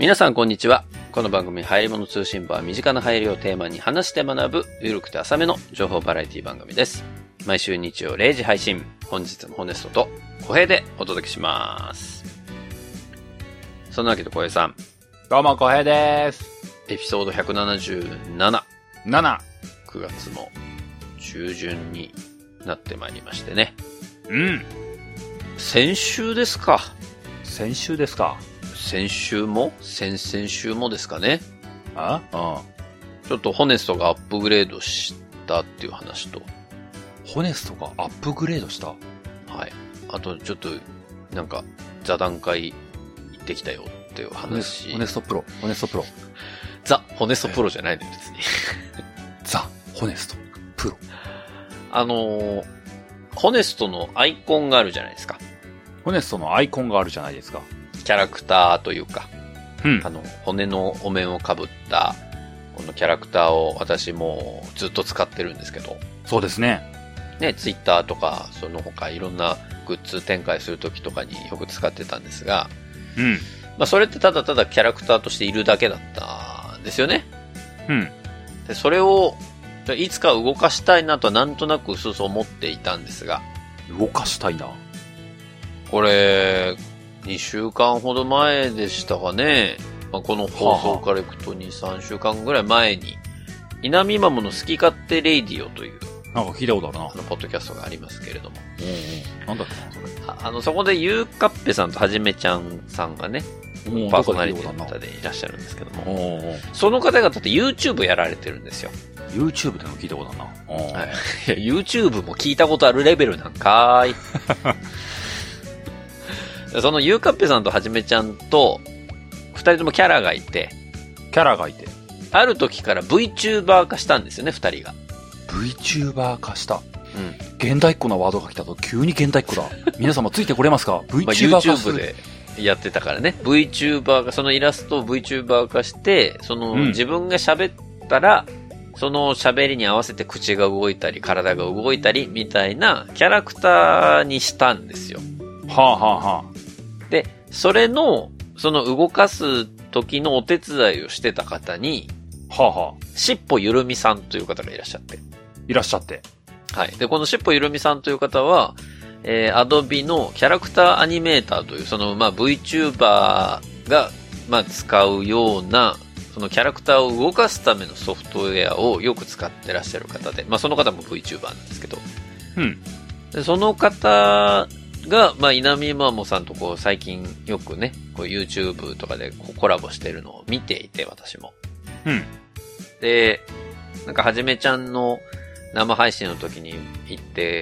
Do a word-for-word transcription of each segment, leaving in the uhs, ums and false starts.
皆さんこんにちは。この番組流行り物通信簿は身近な流行りをテーマに話して学ぶゆるくて浅めの情報バラエティ番組です。毎週日曜れいじ配信。本日もホネストと小平でお届けします。そんなわけで小平さん。 どうも小平です。 エピソードひゃくななじゅうなな。 なな。 くがつも中旬になってまいりましてね。 うん。 先週ですか。 先週ですか。 先週も先々週もですかね。 ああ。 ちょっとホネストがアップグレードしたっていう話と。 ホネストがアップグレードした？ はい。あとちょっと、なんか、座談会行ってきたよっていう話。 ホネストプロ。ホネストプロ。 ザ・ホネストプロじゃないのよ、別に。 ザ・ホネストプロ。 あのー、ホネストのアイコンがあるじゃないですか。 ホネストのアイコンがあるじゃないですか。 キャラクターというか、 うん、 あの、骨のお面をかぶった、このキャラクターを私もずっと使ってるんですけど。 そうですね。 ね、ツイッターとか、その他いろんなグッズ展開するときとかによく使ってたんですが、 うん。 まあそれってただただキャラクターとしているだけだったんですよね。 うん。 で、それを、いつか動かしたいなとはなんとなくうすうす思っていたんですが。 動かしたいな。 これ、にしゅうかんほど前でしたかね。まあ、この放送からいくとに、さんしゅうかんぐらい前に、稲見マモの好き勝手レイディオという、 なんか聞いたことあるな。 あの、ポッドキャストがありますけれども。 うんうん。なんだっけな、それ。 あ, あの、そこでゆうかっぺさんとはじめちゃんさんがね、パーソナリティの方でいらっしゃるんですけども、 おうおうその方々って YouTube やられてるんですよ。 YouTube でも聞いたことあるな。 はい、YouTube も聞いたことあるレベルなんかーい。そのゆうかっぺさんとはじめちゃんと、二人ともキャラがいて、 キャラがいて、 ある時から VTuber 化したんですよね、二人が。 VTuber 化した。 うん。 現代っ子なワードが来たと急に現代っ子だ。皆様ついてこれますか？ VTuber 化する。 まあ、YouTube でやってたからね。VTuber が、そのイラストを VTuber 化して、その、うん、自分が喋ったら、その喋りに合わせて口が動いたり、体が動いたり、みたいなキャラクターにしたんですよ。 はあはあはあ。 で、それの、その動かす時のお手伝いをしてた方に、 はあはあ。 しっぽゆるみさんという方がいらっしゃって。 いらっしゃって。 はい。で、このしっぽゆるみさんという方は、えー、Adobe のキャラクターアニメーターという、その、まあ、VTuber が、まあ、使うような、そのキャラクターを動かすためのソフトウェアをよく使ってらっしゃる方で、まあ、その方も VTuber なんですけど。 うん。 で、その方が、まあ、稲見マモさんとこう、最近よくね、こう YouTube とかでこうコラボしてるのを見ていて、私も。 うん。 で、なんかはじめちゃんの生配信の時に行って、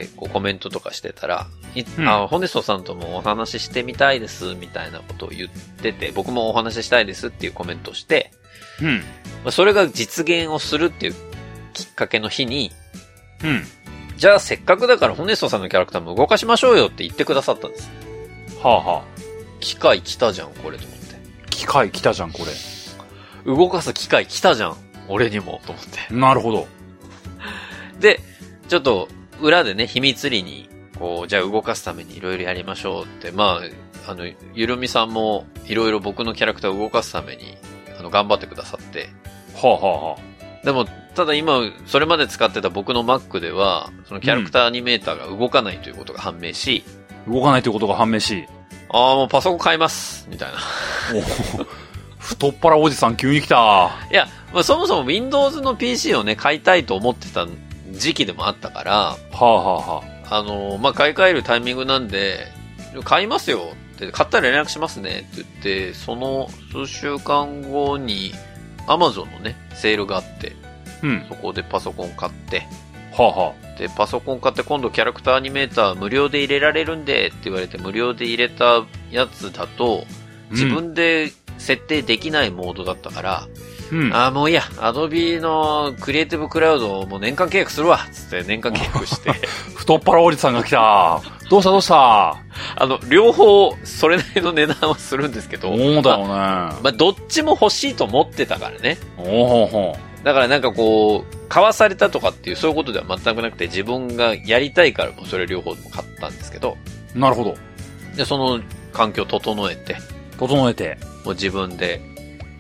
こうコメントとかしてたら、うん、あ、ホネストさんともお話ししてみたいです、みたいなことを言ってて、僕もお話ししたいですっていうコメントをして、 うん。 まあ、それが実現をするっていうきっかけの日に、 うん。 じゃあせっかくだからホネストさんのキャラクターも動かしましょうよって言ってくださったんです。 はあはあ。 機械来たじゃん、これと思って。 機械来たじゃん、これ。 動かす機械来たじゃん、俺にも、と思って。 なるほど。 で、ちょっと裏でね、秘密裏に、こう、じゃあ動かすためにいろいろやりましょうって、まあ、あの、ゆるみさんもいろいろ僕のキャラクターを動かすために、あの、頑張ってくださって。 はあはあはあ。 でも、ただ今、それまで使ってた僕の Mac では、そのキャラクターアニメーターが動かないということが判明し、 うん、動かないということが判明し、 ああ、もうパソコン買います、みたいな。 太っ腹おじさん急に来た。 いや、まあ、そもそも Windows の ピーシー をね、買いたいと思ってた時期でもあったから、はあはあはあ、あの、まあ、買い替えるタイミングなんで、買いますよって、買ったら連絡しますねって言って、その数週間後に Amazon のね、セールがあって、 うん、 そこでパソコン買って、 はあはあ、で、パソコン買って今度キャラクターアニメーター無料で入れられるんでって言われて無料で入れたやつだと、自分で設定できないモードだったから、うん、ああ、もういいや、アドビのクリエイティブクラウドもう年間契約するわつって年間契約して。 太っ腹おじさんが来た。どうしたどうしたあの、両方、それなりの値段はするんですけど。 そうだよね。 まあ、まあ、どっちも欲しいと思ってたからね。 おほほ。 だからなんかこう、買わされたとかっていうそういうことでは全くなくて、自分がやりたいからもうそれ両方買ったんですけど。 なるほど。 で、その環境を整えて。 整えて。 もう自分で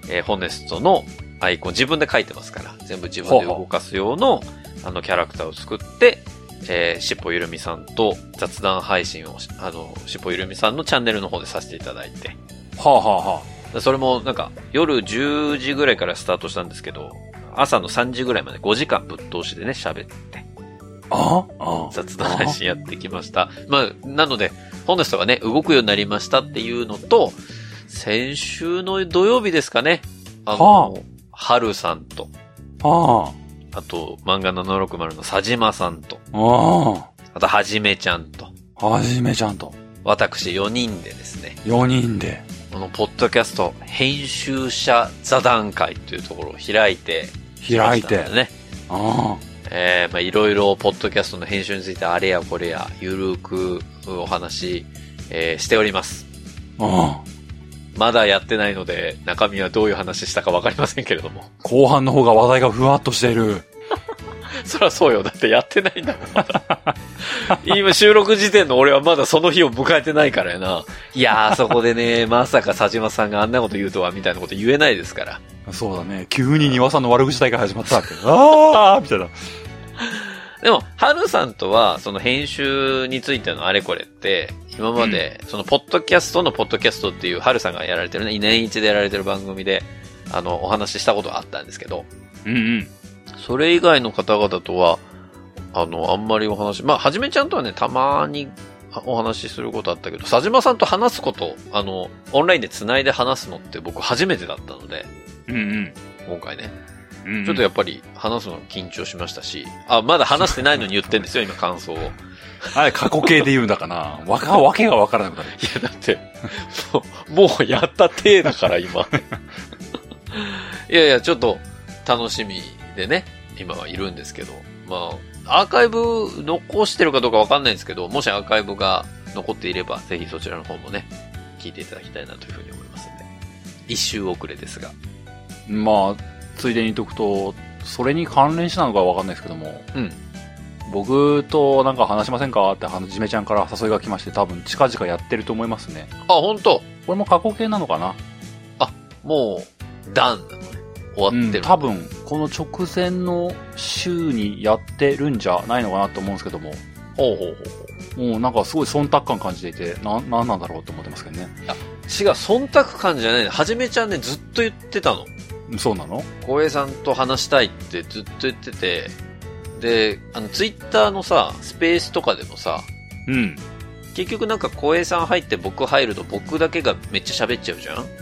えー、ホネストのアイコン自分で書いてますから、全部自分で動かす用の、あのキャラクターを作って、えー、しっぽゆるみさんと雑談配信を、あの、しっぽゆるみさんのチャンネルの方でさせていただいて。 はあはあはあ。それもなんか、夜じゅうじぐらいからスタートしたんですけど、朝のさんじぐらいまでごじかんぶっ通しでね、喋って。 ああ雑談配信やってきました。まあ、なので、ホネストがね、動くようになりましたっていうのと、先週の土曜日ですかね。あの、はあ、はるさんと。 はあ。あと、漫画ななろくまるの佐島さんと。 ああ。 あと、はじめちゃんと。 はじめちゃんと。 私よにんでですね。 よにんで。 この、ポッドキャスト、編集者座談会というところを開いて、 開いて。 ね。 ああ。 えー、まあいろいろ、ポッドキャストの編集についてあれやこれや、ゆるくお話、えー、しております。 ああ。 まだやってないので、中身はどういう話したかわかりませんけれども。 後半の方が話題がふわっとしている。 そりゃそうよ。だってやってないんだもん、まだ。今収録時点の俺はまだその日を迎えてないからやな。いやー、そこでね、まさか佐島さんがあんなこと言うとは、みたいなこと言えないですから。 そうだね。急に庭さんの悪口大会始まったわけ。あーみたいな。 でも、はるさんとは、その編集についてのあれこれって、今まで、その、ポッドキャストのポッドキャストっていう、はるさんがやられてるね、年一でやられてる番組で、あの、お話ししたことがあったんですけど、 うんうん。 それ以外の方々とは、あの、あんまりお話、まあ、はじめちゃんとはね、たまにお話しすることあったけど、佐島さんと話すこと、あの、オンラインで繋いで話すのって僕初めてだったので、 うんうん。 今回ね。 うんうん、 ちょっとやっぱり話すの緊張しましたし、あ、まだ話してないのに言ってんですよ、今感想を。 あれ、過去形で言うんだかな。わか、わけがわからなくなる。 いや、だって、もう、もうやった体だから、今。いやいや、ちょっと楽しみでね、今はいるんですけど、まあ、アーカイブ残してるかどうかわかんないんですけど、もしアーカイブが残っていれば、ぜひそちらの方もね、聞いていただきたいなというふうに思いますんで。一周遅れですが。 まあ、ついでに言っとくと、それに関連してなのかわかんないですけども、 うん。 僕となんか話しませんかってはじめちゃんから誘いが来まして、多分近々やってると思いますね。 あ、本当。 これも過去形なのかな。 あ、もう、ダンなのね。終わってる、うん。 多分、この直前の週にやってるんじゃないのかなと思うんですけども。 ほうほうほうほう。 もうなんかすごい忖度感感じていて、な、なんなんだろうと思ってますけどね。 あ、違う、忖度感じゃないの。はじめちゃんね、ずっと言ってたの。 そうなの？ 小江さんと話したいってずっと言ってて、で、あの、ツイッターのさ、スペースとかでもさ、 うん。 結局なんか小江さん入って僕入ると僕だけがめっちゃ喋っちゃうじゃん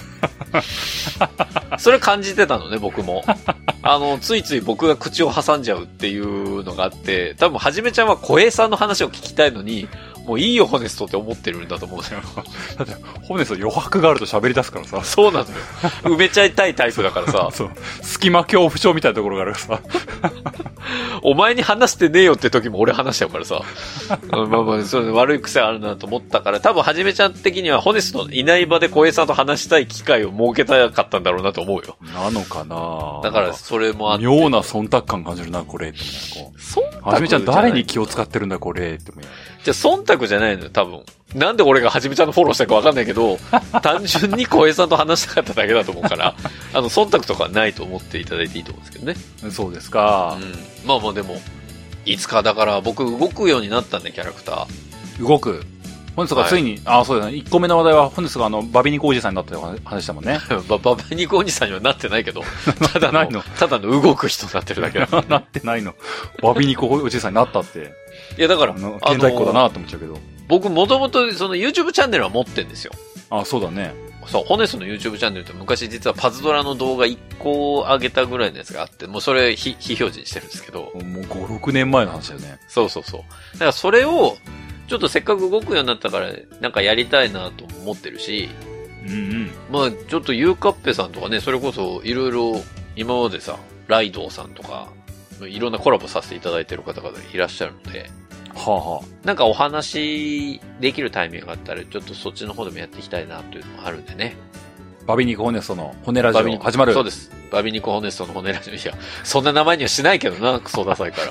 それ感じてたのね、僕も。あの、ついつい僕が口を挟んじゃうっていうのがあって、多分はじめちゃんは小江さんの話を聞きたいのに、もういいよ、ホネストって思ってるんだと思うんだよ。 だって、ホネスト余白があると喋り出すからさ。 そうなのよ。埋めちゃいたいタイプだからさ。 そう。隙間恐怖症みたいなところがあるからさ。 お前に話してねえよって時も俺話しちゃうからさ。まあまあ、そう悪い癖あるなと思ったから、多分はじめちゃん的にはホネストのいない場で小江さんと話したい機会を設けたかったんだろうなと思うよ。 なのかな。 だからそれもあって。 妙な忖度感感じるな、これ。ってこう忖度はじめちゃん誰に気を使ってるんだ、これ。って思う。 じゃあ忖度じゃないのよ、多分。なんで俺がはじめちゃんのフォローしたかわかんないけど、単純に小江さんと話したかっただけだと思うから、あの、忖度とかはないと思っていただいていいと思うんですけどね。 そうですか。 うん。まあまあでも、いつかだから僕動くようになったんで、キャラクター。動く。本日がついに、はい、ああ、そうだね。いっこめの話題は、本日があの、バビニコおじさんになったよ話したもんね。 バ、バビニコおじさんにはなってないけど、ただの、のただの動く人になってるだけだ。 なってないの。バビニコおじさんになったって。 いやだから、 健在っ子だなと思っちゃうけど。 僕もともとその YouTube チャンネルは持ってんですよ。 ああ、そうだね。 そう、ホネスの YouTube チャンネルって昔実はパズドラの動画いっこ上げたぐらいのやつがあって、もうそれ非、非表示にしてるんですけど。 もうご、ろくねんまえの話だよね。 そうそうそう。だからそれを、ちょっとせっかく動くようになったから、なんかやりたいなと思ってるし、 うんうん。 まあちょっとゆうかっぺさんとかね、それこそいろいろ今までさ、ライドウさんとか、いろんなコラボさせていただいてる方々いらっしゃるので、 はあはあ、 なんかお話できるタイミングがあったら、ちょっとそっちの方でもやっていきたいなというのもあるんでね。 バビニコホネストの骨ラジオ始まる。 そうです。バビニコホネストの骨ラジオ。いや、そんな名前にはしないけどな、クソダサいから。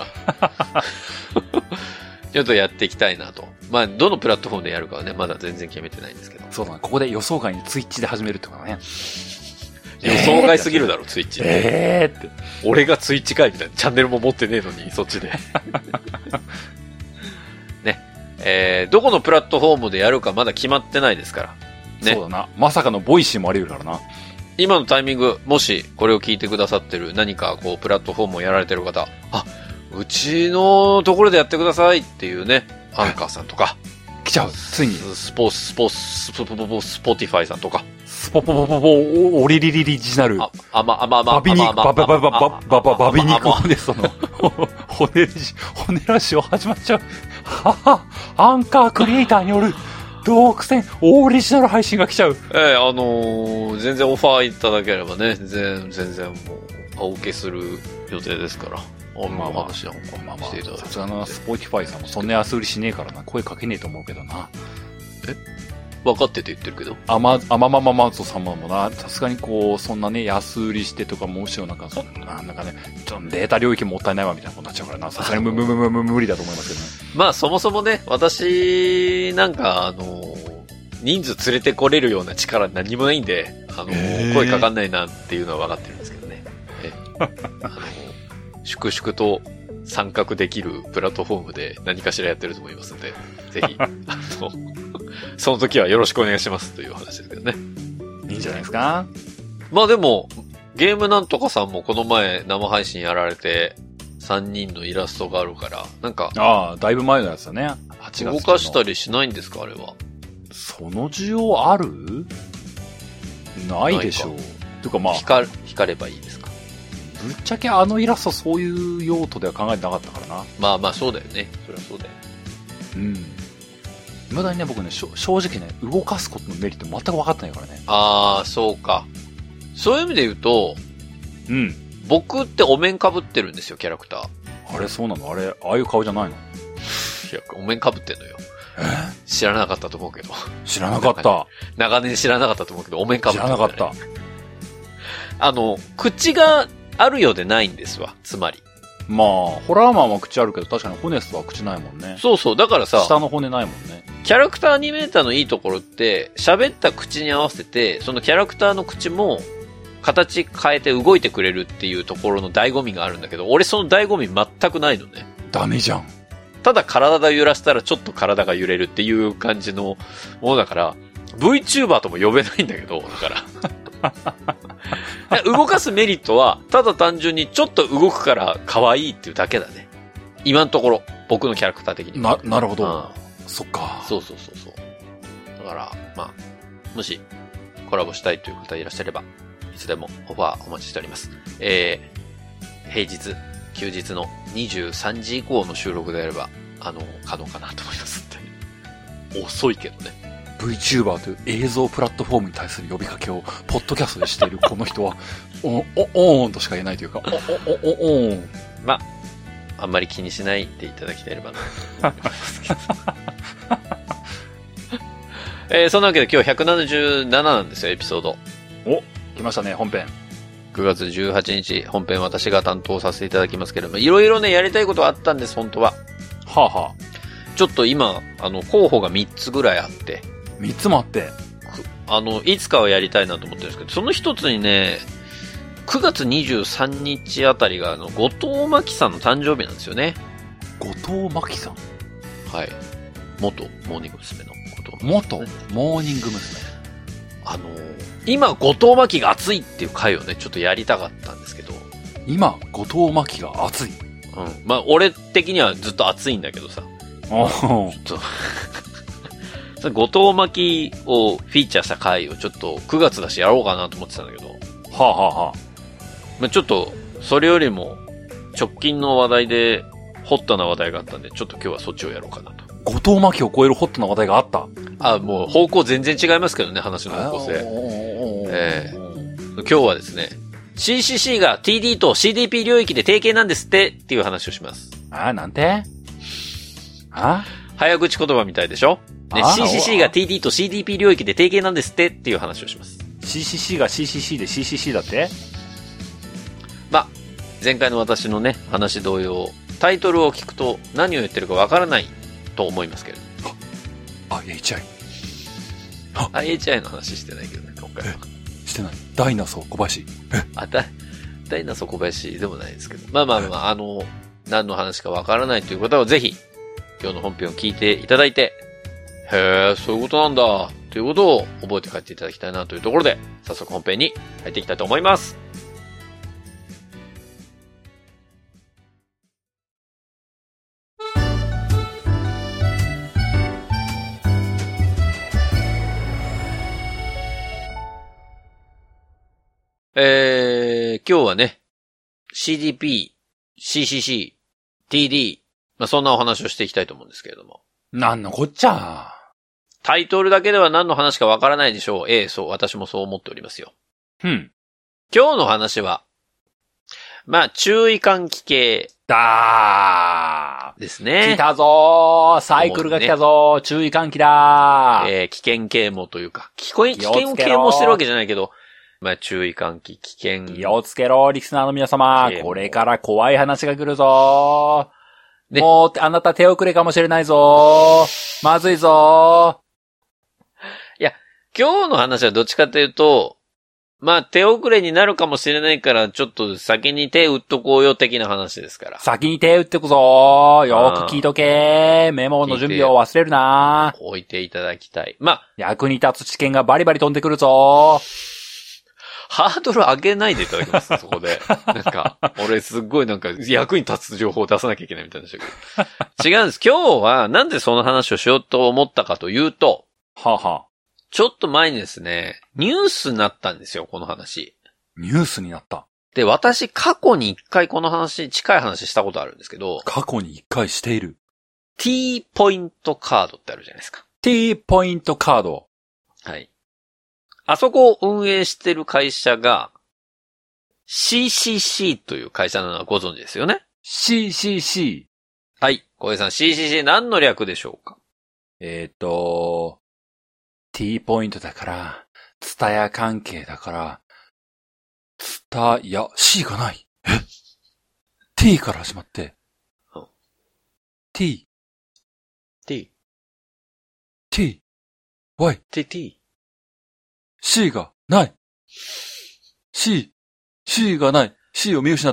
ちょっとやっていきたいなと。まあ、どのプラットフォームでやるかはね、まだ全然決めてないんですけど。 そうだね。ここで予想外にツイッチで始めるってことだね。 予想外すぎるだろ、ツイッチ。 えーって。 俺がツイッチかいみたいな。チャンネルも持ってねえのに、そっちで。ね。えー、どこのプラットフォームでやるかまだ決まってないですから。 ね。そうだな。まさかのボイシーもあり得るからな。 今のタイミング、もしこれを聞いてくださってる何かこうプラットフォームをやられてる方、あ、うちのところでやってくださいっていうね、アンカーさんとか。 来ちゃう、ついに。 スポース、スポース、スポポポポ、スポティファイさんとか。 スポポポポポ、オリリリリジナル。 あ、あま、あま、あま、 バビ肉、ババババババババビ肉で、その、骨ラジ、骨ラジオ始まっちゃう。はは、アンカークリエイターによる、独占、オリジナル配信が来ちゃう。 ええー、あのー、全然オファーいただければね、全全然もう、お受けする予定ですから。あ、まあまあ、話はまあまあ、さすがな、スポーティファイさんもそんな安売りしねえからな、声かけねえと思うけどな。 え分かってて言ってるけど。 あま、あままままぞ様もな、さすがにこう、そんなね、安売りしてとか、もしろなんか、そんな、なんかね、ちょっとデータ領域もったいないわみたいなことになっちゃうからな、さすがにむむむむむ無理だと思いますけどね。 まあ、そもそもね、私、なんか、あの、人数連れてこれるような力何もないんで、あの、声かかんないなっていうのは分かってるんですけどね。えあの粛々と参画できるプラットフォームで何かしらやってると思いますので、ぜひ、あの、その時はよろしくお願いしますという話ですけどね。 いいんじゃないですか？ まあでも、ゲームなんとかさんもこの前生配信やられて、さんにんのイラストがあるから、なんか、 ああ、だいぶ前のやつだね。はちがつ。 動かしたりしないんですか、あれは。 その需要ある？ないでしょう。とかまあ。 光る、光ればいいですか。 ぶっちゃけあのイラストそういう用途では考えてなかったからな。 まあまあそうだよね。そりゃそうだよ。 うん。未だにね、僕ね、正直ね、動かすことのメリット全く分かってないからね。 ああ、そうか。そういう意味で言うと、 うん。 僕ってお面被ってるんですよ、キャラクター。 あれ、そうなの？あれ、ああいう顔じゃないの？いや、お面被ってんのよ。え知らなかったと思うけど。 知らなかった。 長年知らなかったと思うけど、お面被ってる、ね。 知らなかった。 あの、口があるようでないんですわ、つまり。 まあ、ホラーマンは口あるけど、確かにホネストは口ないもんね。 そうそう、だからさ、 下の骨ないもんね。 キャラクターアニメーターのいいところって、喋った口に合わせて、そのキャラクターの口も、形変えて動いてくれるっていうところの醍醐味があるんだけど、俺その醍醐味全くないのね。 ダメじゃん。ただ体が揺らしたらちょっと体が揺れるっていう感じのものだから、VTuber とも呼べないんだけど、だから。動かすメリットは、ただ単純にちょっと動くから可愛いっていうだけだね。今のところ、僕のキャラクター的に。 な、なるほど。そっか。 そうそうそうそう。だから、まあ、もしコラボしたいという方いらっしゃれば、いつでもオファーお待ちしております。えー、平日、休日のにじゅうさんじ以降の収録であれば、あの、可能かなと思いますんで。遅いけどね。 VTuber という映像プラットフォームに対する呼びかけを、ポッドキャストでしているこの人は、お、お、おーんとしか言えないというか、お、お、お、おーん。 まあ、あんまり気にしないでいただきたいればなと思いますけど。えー、そんなわけで今日ひゃくななじゅうなななんですよ、エピソード。 お、来ましたね、本編。 くがつじゅうはちにち、本編私が担当させていただきますけれども、いろいろね、やりたいことはあったんです、本当は。 はあはあ。 ちょっと今、あの、候補がみっつぐらいあって。 みっつもあって。 あの、いつかはやりたいなと思ってるんですけど、その一つにね、くがつにじゅうさんにちあたりが、あの、後藤真希さんの誕生日なんですよね。 後藤真希さん？ はい。元モーニング娘。の後藤。 元モーニング娘。 あの、今、後藤真希が熱いっていう回をね、ちょっとやりたかったんですけど。 今、後藤真希が熱い？ うん。まあ、俺的にはずっと熱いんだけどさ。 ああ。 ちょっと後藤真希をフィーチャーした回をちょっとくがつだしやろうかなと思ってたんだけど。 はあはあはあ。 まあ、ちょっと、それよりも、直近の話題で、ホットな話題があったんで、ちょっと今日はそっちをやろうかなと。 後藤真希を超えるホットな話題があった？ あ、もう方向全然違いますけどね、話の方向性。えー、今日はですね、シーシーシー が ティーディー と シーディーピー 領域で提携なんですってっていう話をします。 あ、なんて？あ？ 早口言葉みたいでしょ？ね、シーシーシー が ティーディー と シーディーピー 領域で提携なんですってっていう話をします。 シーシーシー が シーシーシー で シーシーシー だって？ まあ、前回の私のね、話同様、タイトルを聞くと何を言ってるかわからないと思いますけれど。 あ、エイチアイ。 あ、エイチアイ の話してないけどね、今回は。 してない。ダイナソー小林。えあ、ダダイナソー小林でもないですけど。まあまあまあ、あの、何の話かわからないという方はぜひ、今日の本編を聞いていただいて、へー、そういうことなんだ、ということを覚えて帰っていただきたいなというところで、早速本編に入っていきたいと思います。えー、今日はね、シーディーピー、シーシーシー、ティーディー、まあ、そんなお話をしていきたいと思うんですけれども。 なんのこっちゃ。 タイトルだけでは何の話かわからないでしょう。ええ、そう、私もそう思っておりますよ。 うん。 今日の話は、まあ、注意喚起系。 だー。 ですね。 来たぞー。サイクルが来たぞー。ね、注意喚起だー。 えー、危険系もというか、危険、危険系もしてるわけじゃないけど、まあ、注意喚起、危険。 気をつけろ、リスナーの皆様。これから怖い話が来るぞー。ね、もう、あなた手遅れかもしれないぞー。まずいぞー。いや、今日の話はどっちかというと、まあ、手遅れになるかもしれないから、ちょっと先に手打っとこうよ的な話ですから。 先に手打ってくぞー。よく聞いとけー。メモの準備を忘れるなー。 置いていただきたい。まあ、 役に立つ知見がバリバリ飛んでくるぞー。 ハードル上げないでいただきます、そこで。なんか、俺すっごいなんか役に立つ情報を出さなきゃいけないみたいな人が。違うんです。今日はなんでその話をしようと思ったかというと、 はあ、はあ、 ちょっと前にですね、ニュースになったんですよ、この話。 ニュースになった。 で、私過去に一回この話、近い話したことあるんですけど、 過去に一回している。 T ポイントカードってあるじゃないですか。 T ポイントカード。 はい。あそこを運営してる会社が シーシーシー という会社なのはご存知ですよね。 シーシーシー。はい。小江さん シーシーシー 何の略でしょうか？ えっと、T ポイントだから、ツタヤ関係だから、ツタヤ、C がない。え ?T から始まって。 うん、 T。 T。 T。Y。 T、T。 C がない。C、C がない。C を見失った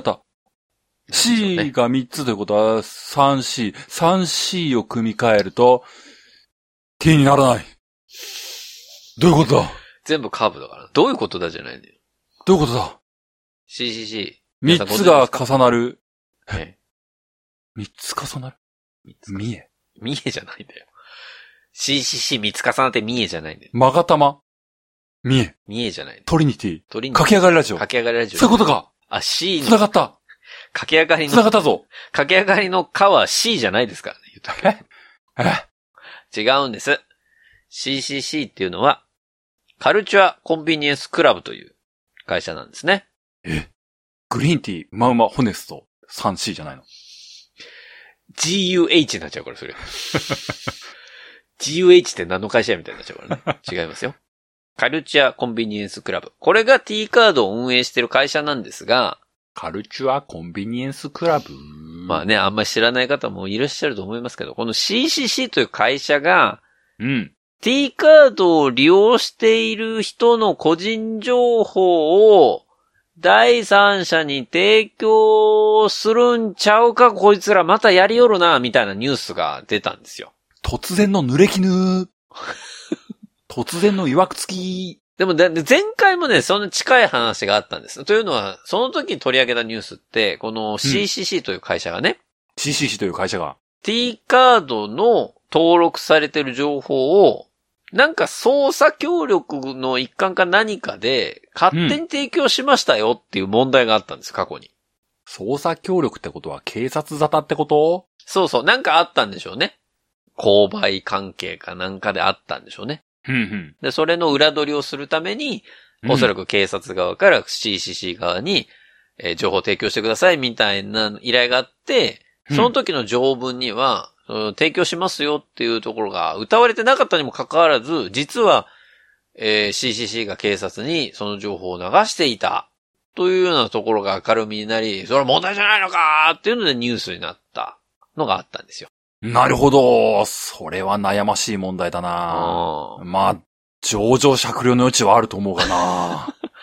。C がみっつということは スリーシー。スリーシー を組み替えると T にならない。どういうことだ？ 全部カーブだから。どういうことだじゃないんだよ。 どういうことだ？ シーシーシー。 みっつが重なる。 えみっつ重なる？三重。 三重じゃないんだよ。シーシーシーみっつ重なって三重じゃないんだよ。 まがたま。三重。 三重じゃない。 トリニティ。 トリニティ。 駆け上がりラジオ。 駆け上がりラジオ。 そういうことか。 あ、C の。 繋がった。 駆け上がりの。 繋がったぞ。 駆け上がりのかは C じゃないですからね。言うとえ違うんです。シーシーシー っていうのは、カルチュアコンビニエンスクラブという会社なんですね。 えグリーンティー、うまうまホネスト、スリーシー じゃないの？ ジーユーエイチ になっちゃうから、それ。ジーユーエイチ って何の会社やみたいになっちゃうからね。違いますよ。カルチュアコンビニエンスクラブ。これが T カードを運営している会社なんですが、 カルチュアコンビニエンスクラブ。 まあね、あんまり知らない方もいらっしゃると思いますけど、この シーシーシー という会社が、 うん。 T カードを利用している人の個人情報を第三者に提供するんちゃうか、こいつらまたやりよるな、みたいなニュースが出たんですよ。 突然の濡れ衣。突然の曰くつき。 でも、前回もね、その近い話があったんです。というのは、その時に取り上げたニュースって、この シーシーシー という会社がね、うん、 シーシーシー という会社が T カードの登録されている情報を、なんか捜査協力の一環か何かで、勝手に提供しましたよっていう問題があったんです、過去に。 捜査協力ってことは警察沙汰ってこと？ そうそう、なんかあったんでしょうね。購買関係かなんかであったんでしょうね。 うんうん、 で、それの裏取りをするために、おそらく警察側から シーシーシー 側に、えー、情報を提供してくださいみたいな依頼があって、その時の条文には、うん、提供しますよっていうところが謳われてなかったにもかかわらず、実は、えー、シーシーシー が警察にその情報を流していたというようなところが明るみになり、それは問題じゃないのかっていうのでニュースになったのがあったんですよ。 なるほど。それは悩ましい問題だな。まあ、情状酌量の余地はあると思うがな。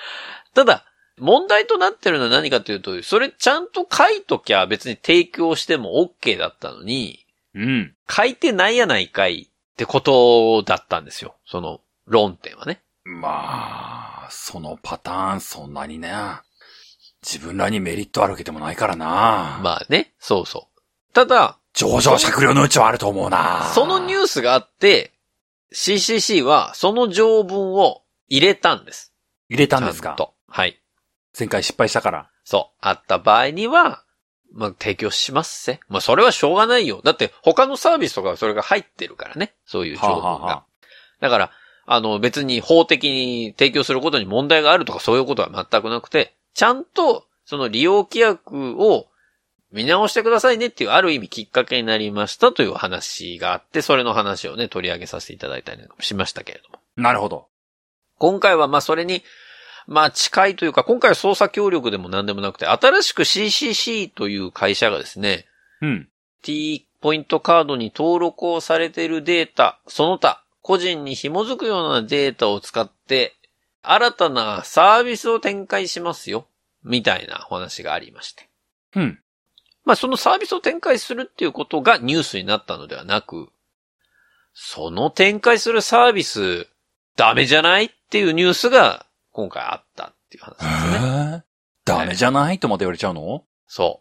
ただ、問題となってるのは何かというと、それちゃんと書いときゃ別に提供しても OK だったのに、 うん。 書いてないやないかいってことだったんですよ。その論点はね。 まあ、そのパターンそんなにね、自分らにメリットあるわけでもないからな。 まあね、そうそう。ただ、 上場酌量のうちはあると思うな。 そのニュースがあって、シーシーシー はその条文を入れたんです。 入れたんですか？ ちゃんと。はい。 前回失敗したから。 そう。あった場合には、まあ、提供しますせ。まあ、それはしょうがないよ。だって、他のサービスとかはそれが入ってるからね。そういう情報が。はあはあ、だから、あの、別に法的に提供することに問題があるとかそういうことは全くなくて、ちゃんと、その利用規約を見直してくださいねっていうある意味きっかけになりましたという話があって、それの話をね、取り上げさせていただいたりしましたけれども。 なるほど。 今回はまあそれに、まあ近いというか、今回は捜査協力でも何でもなくて、新しく シーシーシー という会社がですね、 うん。 T ポイントカードに登録をされているデータ、その他、個人に紐づくようなデータを使って、新たなサービスを展開しますよ、みたいなお話がありまして。 うん。 まあそのサービスを展開するっていうことがニュースになったのではなく、その展開するサービス、ダメじゃないっていうニュースが、今回あったっていう話ですね。 えー、ダメじゃない、はい、とまで言われちゃうの？ そう。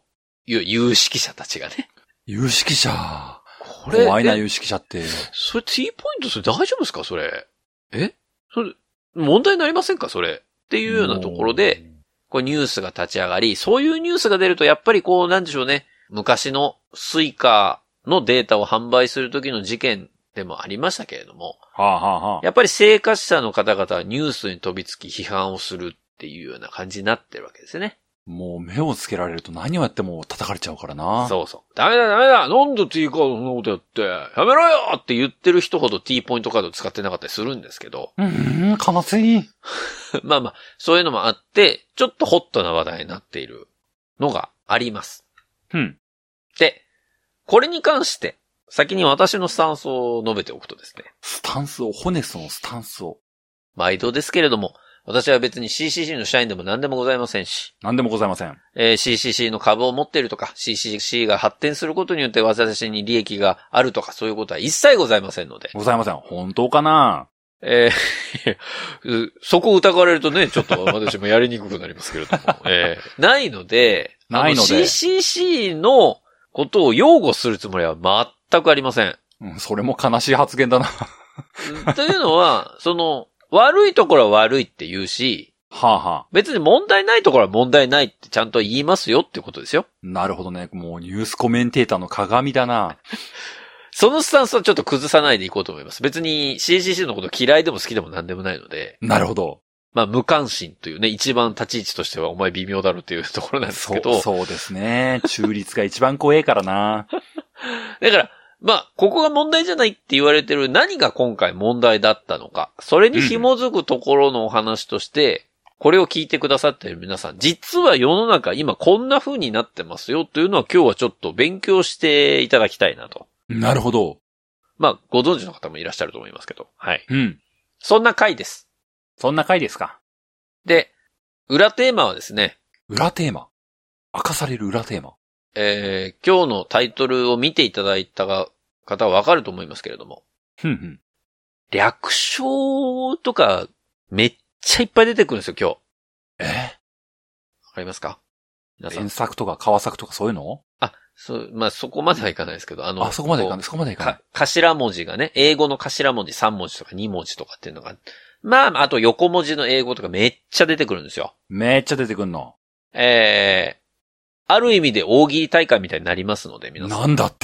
いう有識者たちがね。 有識者。これ。怖いな、有識者って。 それ T ポイントそれ大丈夫ですかそれ。えそれ、問題になりませんかそれ。っていうようなところで、こうニュースが立ち上がり、そういうニュースが出るとやっぱりこうなんでしょうね。昔のスイカのデータを販売する時の事件でもありましたけれども、 はあはあはあ、 やっぱり生活者の方々はニュースに飛びつき批判をするっていうような感じになってるわけですよね。 もう目をつけられると何をやっても叩かれちゃうからな。 そうそう。ダメだダメだなんで T カードそんなことやって、やめろよって言ってる人ほど T ポイントカード使ってなかったりするんですけど。 うーん、悲しい。 まあまあ、そういうのもあって、ちょっとホットな話題になっているのがあります。 うん。 で、これに関して、先に私のスタンスを述べておくとですね。 スタンスを、ホネストのスタンスを。 毎度ですけれども、私は別に シーシーシー の社員でも何でもございませんし。 何でもございません。 えー、シーシーシー の株を持っているとか、シーシーシー が発展することによって私に利益があるとか、そういうことは一切ございませんので。 ございません。本当かな？ えー、そこを疑われるとね、ちょっと私もやりにくくなりますけれども。えー、ないので、 ないので。 シーシーシー のことを擁護するつもりは全くありません。 うん、それも悲しい発言だな。 というのは、その、悪いところは悪いって言うし、 はあはあ、 別に問題ないところは問題ないってちゃんと言いますよってことですよ。 なるほどね。もうニュースコメンテーターの鏡だな。 そのスタンスはちょっと崩さないでいこうと思います。別に シーシーシー のこと嫌いでも好きでも何でもないので。 なるほど。 まあ無関心というね、一番立ち位置としてはお前微妙だろっていうところなんですけど。 そう、そうですね。中立が一番怖えからな。 だから、まあ、ここが問題じゃないって言われてる何が今回問題だったのか。それに紐づくところのお話として、うん、これを聞いてくださっている皆さん、実は世の中今こんな風になってますよというのは今日はちょっと勉強していただきたいなと。 なるほど。 まあ、ご存知の方もいらっしゃると思いますけど。はい。 うん。 そんな回です。 そんな回ですか。 で、裏テーマはですね。 裏テーマ。明かされる裏テーマ。 えー、今日のタイトルを見ていただいた方はわかると思いますけれども。 ふんふん。 略称とかめっちゃいっぱい出てくるんですよ、今日。えわかりますか？ 皆さん。原作とか川作とかそういうの？ あ、そう、まあ、そこまではいかないですけど、あの、 あ、そこまではいかない、そこまではいかない。か、 頭文字がね、英語の頭文字さん文字とかに文字とかっていうのが、まあ、あと横文字の英語とかめっちゃ出てくるんですよ。 めっちゃ出てくるの。 えー、ある意味で大喜利大会みたいになりますので、皆さん。 なんだって？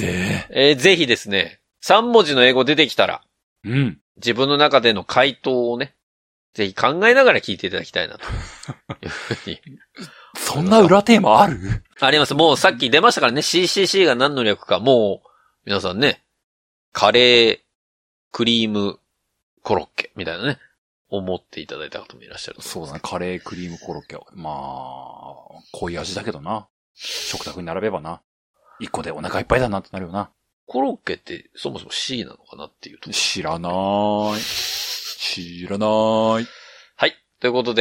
えー、ぜひですね、さん文字の英語出てきたら、 うん。 自分の中での回答をね、ぜひ考えながら聞いていただきたいなと。いうふうに。 そんな裏テーマある？ あります。もうさっき出ましたからね、シーシーシー が何の略か、もう、皆さんね、カレー、クリーム、コロッケ、みたいなね、思っていただいた方もいらっしゃると思います。 そうだね、カレー、クリーム、コロッケ。まあ、濃い味だけどな。食卓に並べばな。一個でお腹いっぱいだなってなるよな。 コロッケってそもそも C なのかなっていうと。 知らなーい。知らなーい。 はい。ということで、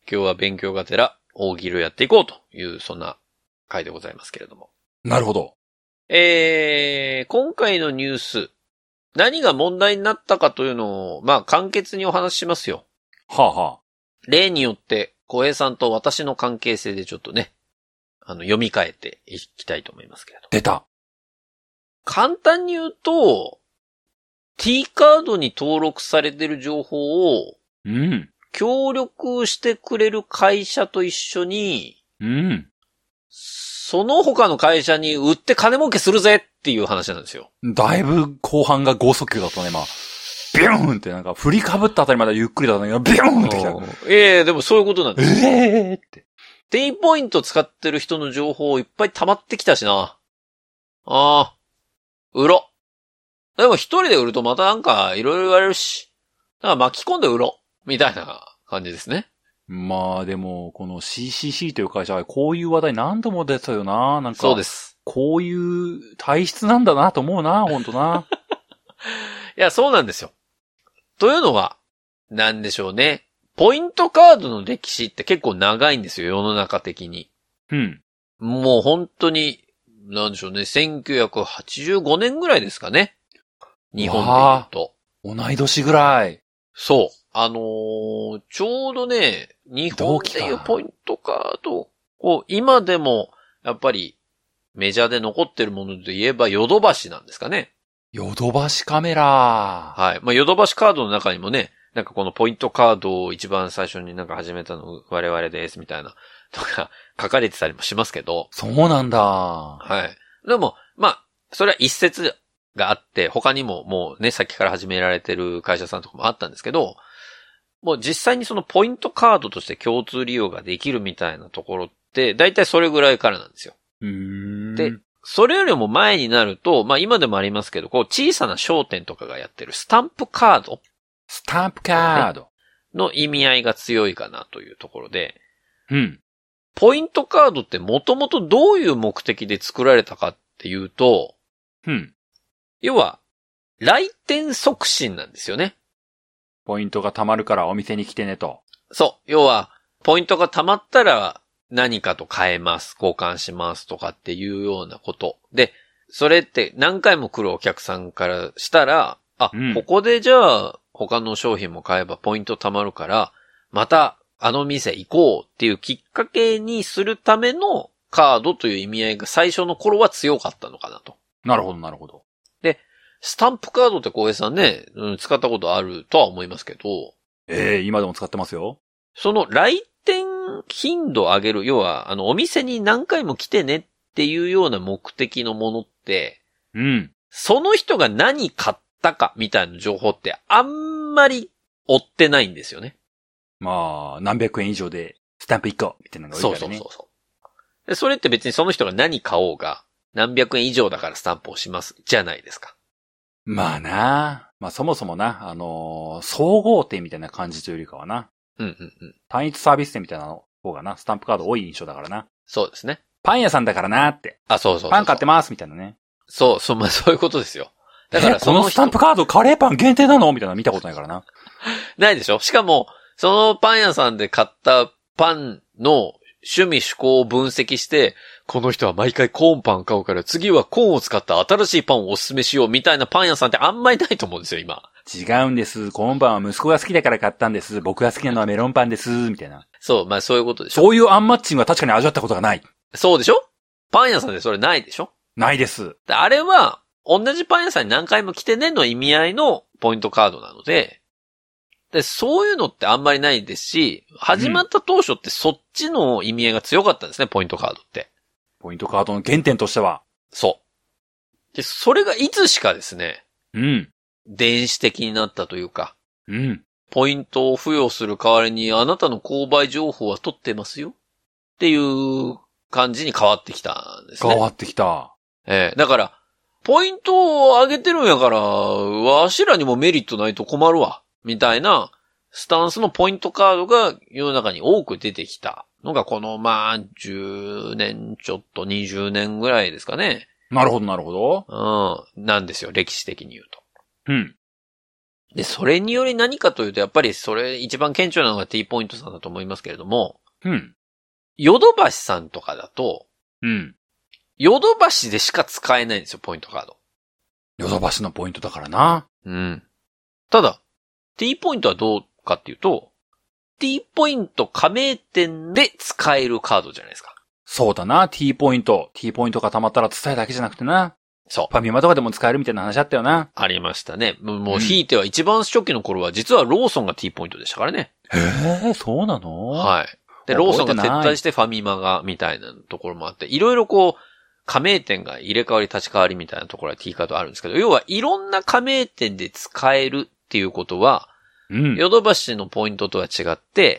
今日は勉強がてら大喜利をやっていこうという、そんな回でございますけれども。 なるほど。 えー、今回のニュース、何が問題になったかというのを、まあ簡潔にお話ししますよ。 はあはあ。 例によって、小平さんと私の関係性でちょっとね、あの、読み替えていきたいと思いますけれど。 出た。 簡単に言うと、T カードに登録されている情報を、 うん。 協力してくれる会社と一緒に、 うん。 その他の会社に売って金儲けするぜっていう話なんですよ。 だいぶ後半が剛速球だったね、今。ビューンってなんか振りかぶったあたりまでゆっくりだったんだけど、ビューンってきた。 ええー、でもそういうことなんです。 ええーって。 T ポイント使ってる人の情報いっぱい溜まってきたしな。ああ、売ろ。でも一人で売るとまたなんかいろいろ言われるし、だから巻き込んで売ろ。みたいな感じですね。 まあでも、この シーシーシー という会社はこういう話題何度も出てたよな。なんか。 そうです。 こういう体質なんだなと思うな、ほんとな。 いや、そうなんですよ。というのは、なんでしょうね。ポイントカードの歴史って結構長いんですよ、世の中的に。 うん。 もう本当に、なんでしょうね、せんきゅうひゃくはちじゅうごねんぐらいですかね。日本で言うと。 同い年ぐらい。 そう。あのー、ちょうどね、日本でいうポイントカードを、今でも、やっぱり、メジャーで残ってるもので言えば、ヨドバシなんですかね。 ヨドバシカメラ。 はい。まあ、ヨドバシカードの中にもね、なんかこのポイントカードを一番最初になんか始めたの我々ですみたいなとか書かれてたりもしますけど。 そうなんだ。 はい。でも、まあ、それは一説があって、他にももうね、先から始められてる会社さんとかもあったんですけど、もう実際にそのポイントカードとして共通利用ができるみたいなところって、だいたいそれぐらいからなんですよ。 うーん。 で、それよりも前になると、まあ今でもありますけど、こう小さな商店とかがやってるスタンプカード。 スタンプカード。 の意味合いが強いかなというところで。 うん。 ポイントカードってもともとどういう目的で作られたかっていうと、 うん。 要は、来店促進なんですよね。 ポイントが貯まるからお店に来てねと。 そう。要は、ポイントが貯まったら何かと買えます、交換しますとかっていうようなこと。で、それって何回も来るお客さんからしたら、あ、うん、ここでじゃあ他の商品も買えばポイント貯まるから、またあの店行こうっていうきっかけにするためのカードという意味合いが最初の頃は強かったのかなと。 なるほど、なるほど。 で、スタンプカードって小平さんね、うん、使ったことあるとは思いますけど。 ええー、今でも使ってますよ。 その来店頻度を上げる、要は、あの、お店に何回も来てねっていうような目的のものって、 うん。 その人が何買ったかみたいな情報ってあんまり追ってないんですよね。 まあ、何百円以上でスタンプいっこみたいなのが多いからね。 そうそうそうそう。で、それって別にその人が何買おうが、何百円以上だからスタンプをします、じゃないですか。 まあな。まあそもそもな、あのー、総合店みたいな感じというよりかはな。 うんうんうん。 単一サービス店みたいなの方がな、スタンプカード多い印象だからな。 そうですね。 パン屋さんだからなって。 あ、そうそうそうそう。 パン買ってますみたいなね。 そう、そう、まあそういうことですよ。だからそのこのスタンプカードカレーパン限定なのみたいなの見たことないからな。 ないでしょ？しかも、そのパン屋さんで買ったパンの趣味趣向を分析して、この人は毎回コーンパン買うから次はコーンを使った新しいパンをおすすめしようみたいなパン屋さんってあんまりないと思うんですよ、今。 違うんです。コーンパンは息子が好きだから買ったんです。僕が好きなのはメロンパンです。みたいな。 そう、まあそういうことでしょ。 そういうアンマッチングは確かに味わったことがない。 そうでしょ？パン屋さんでそれないでしょ？ ないです。 であれは、同じパン屋さんに何回も来てねの意味合いのポイントカードなので、で、そういうのってあんまりないですし、始まった当初ってそっちの意味合いが強かったんですね、うん、ポイントカードって。 ポイントカードの原点としては。 そう。で、それがいつしかですね、 うん。 電子的になったというか、 うん。 ポイントを付与する代わりにあなたの購買情報は取ってますよっていう感じに変わってきたんですね。 変わってきた。 ええー、だから、ポイントを上げてるんやから、わしらにもメリットないと困るわ。みたいなスタンスのポイントカードが世の中に多く出てきたのがこのまあじゅうねんちょっとにじゅうねんぐらいですかね。 なるほどなるほど。 うん。なんですよ、歴史的に言うと。 うん。 で、それにより何かというと、やっぱりそれ一番顕著なのが T ポイントさんだと思いますけれども、 うん。 ヨドバシさんとかだと、 うん。 ヨドバシでしか使えないんですよ、ポイントカード。 ヨドバシのポイントだからな。 うん。ただ、T ポイントはどうかっていうと、T ポイント加盟店で使えるカードじゃないですか。 そうだな、T ポイント。T ポイントが溜まったら伝えだけじゃなくてな。 そう。 ファミマとかでも使えるみたいな話あったよな。 ありましたね。もう、ひいては一番初期の頃は、実はローソンが T ポイントでしたからね。 へえ、そうなの？ はい。で、ローソンが撤退してファミマが、みたいなところもあって、いろいろこう、加盟店が入れ替わり立ち替わりみたいなところは T カードあるんですけど、要はいろんな加盟店で使えるっていうことは、 うん。 ヨドバシのポイントとは違って、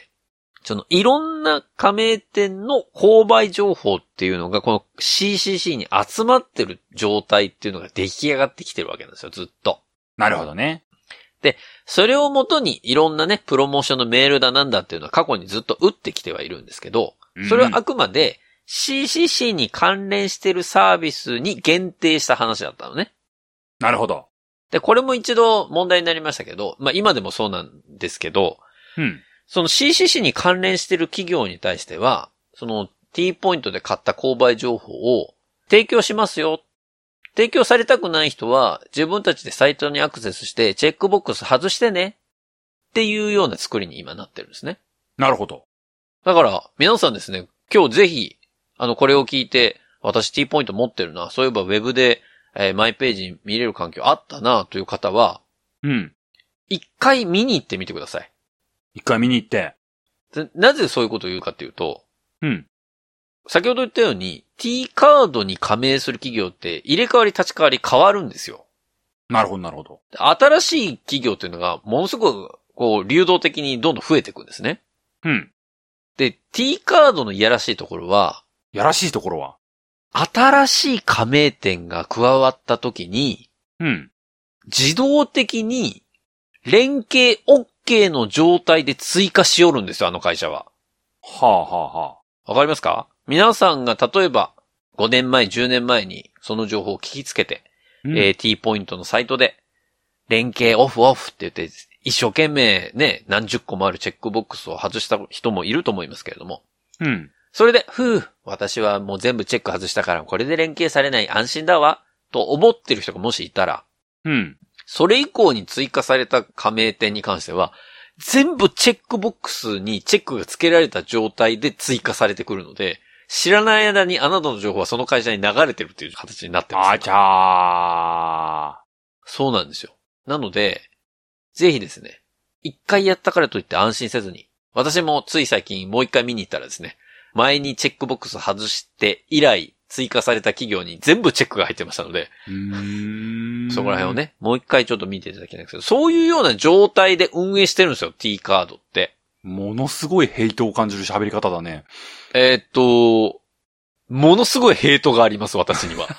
そのいろんな加盟店の購買情報っていうのがこの シーシーシー に集まってる状態っていうのが出来上がってきてるわけなんですよ、ずっと。 なるほどね。 で、それをもとにいろんなね、プロモーションのメールだなんだっていうのは過去にずっと打ってきてはいるんですけど、それはあくまで シーシーシー に関連してるサービスに限定した話だったのね。 なるほど。 で、これも一度問題になりましたけど、まあ今でもそうなんですけど、 うん。 その シーシーシー に関連してる企業に対しては、その T ポイントで買った購買情報を提供しますよ。提供されたくない人は自分たちでサイトにアクセスしてチェックボックス外してねっていうような作りに今なってるんですね。 なるほど。 だから皆さんですね、今日ぜひあのこれを聞いて私 T ポイント持ってるな、そういえばウェブで、えー、マイページに見れる環境あったなという方は、 うん。 一回見に行ってみてください。 一回見に行って。 なぜそういうことを言うかっていうと、 うん。 先ほど言ったように T カードに加盟する企業って入れ替わり立ち替わり変わるんですよ。 なるほど、なるほど。 新しい企業っていうのがものすごくこう流動的にどんどん増えていくんですね。 うん。 で、T カードのいやらしいところは、 やらしいところは新しい加盟店が加わった時に、 うん。 自動的に連携 OK の状態で追加しよるんですよ、あの会社は。 はあはあはあ。わかりますか？皆さんが例えばごねんまえ、じゅうねんまえにその情報を聞きつけて、うん、えー、T ポイントのサイトで連携オフオフって言って一生懸命ね、何十個もあるチェックボックスを外した人もいると思いますけれども。 うん。 それで、ふぅ、私はもう全部チェック外したからこれで連携されない安心だわ、と思ってる人がもしいたら、 うん。 それ以降に追加された加盟店に関しては、全部チェックボックスにチェックが付けられた状態で追加されてくるので、知らない間にあなたの情報はその会社に流れてるっていう形になってます。 あちゃー。 そうなんですよ。なので、ぜひですね、一回やったからといって安心せずに、私もつい最近もう一回見に行ったらですね、前にチェックボックス外して以来追加された企業に全部チェックが入ってましたので、 うーんそこら辺をね、もう一回ちょっと見ていただきたいんですけど、そういうような状態で運営してるんですよ、T カードって。 ものすごいヘイトを感じる喋り方だね。 えー、っと、ものすごいヘイトがあります、私には。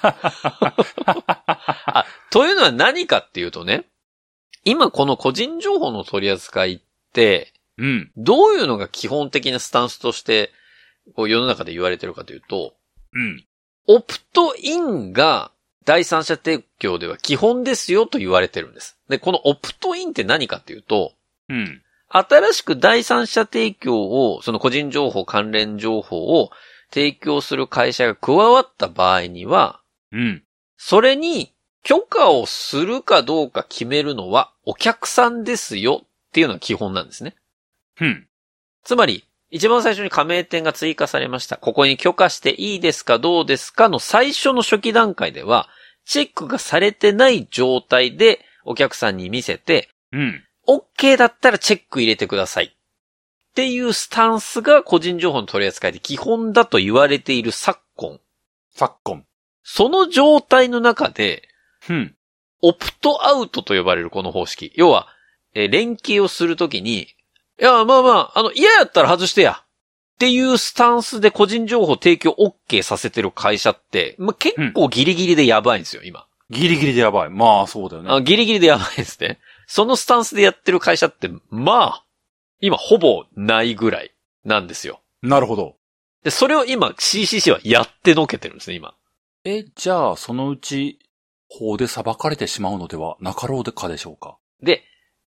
あ、というのは何かっていうとね、今この個人情報の取り扱いって、 うん、 どういうのが基本的なスタンスとしてこう世の中で言われてるかというと、 うん、 オプトインが第三者提供では基本ですよと言われてるんです。で、このオプトインって何かっていうと、 うん、 新しく第三者提供を、その個人情報関連情報を提供する会社が加わった場合には、 うん、 それに許可をするかどうか決めるのはお客さんですよっていうのが基本なんですね。 うん。 つまり、一番最初に加盟店が追加されました。ここに許可していいですかどうですかの最初の初期段階では、チェックがされてない状態でお客さんに見せて、 うん。 OK だったらチェック入れてください。っていうスタンスが個人情報の取り扱いで基本だと言われている昨今。 昨今。 その状態の中で、 うん。 オプトアウトと呼ばれるこの方式。要は、えー、連携をするときに、いや、まあまあ、あの、嫌やったら外してや。っていうスタンスで個人情報提供 OK させてる会社って、まあ、結構ギリギリでやばいんですよ、今。 ギリギリでやばい。まあ、そうだよね。 あ、ギリギリでやばいですね。そのスタンスでやってる会社って、まあ、今ほぼないぐらいなんですよ。 なるほど。 で、それを今 シーシーシー はやってのけてるんですね、今。 え、じゃあ、そのうち、法で裁かれてしまうのではなかろうでかでしょうか。 で、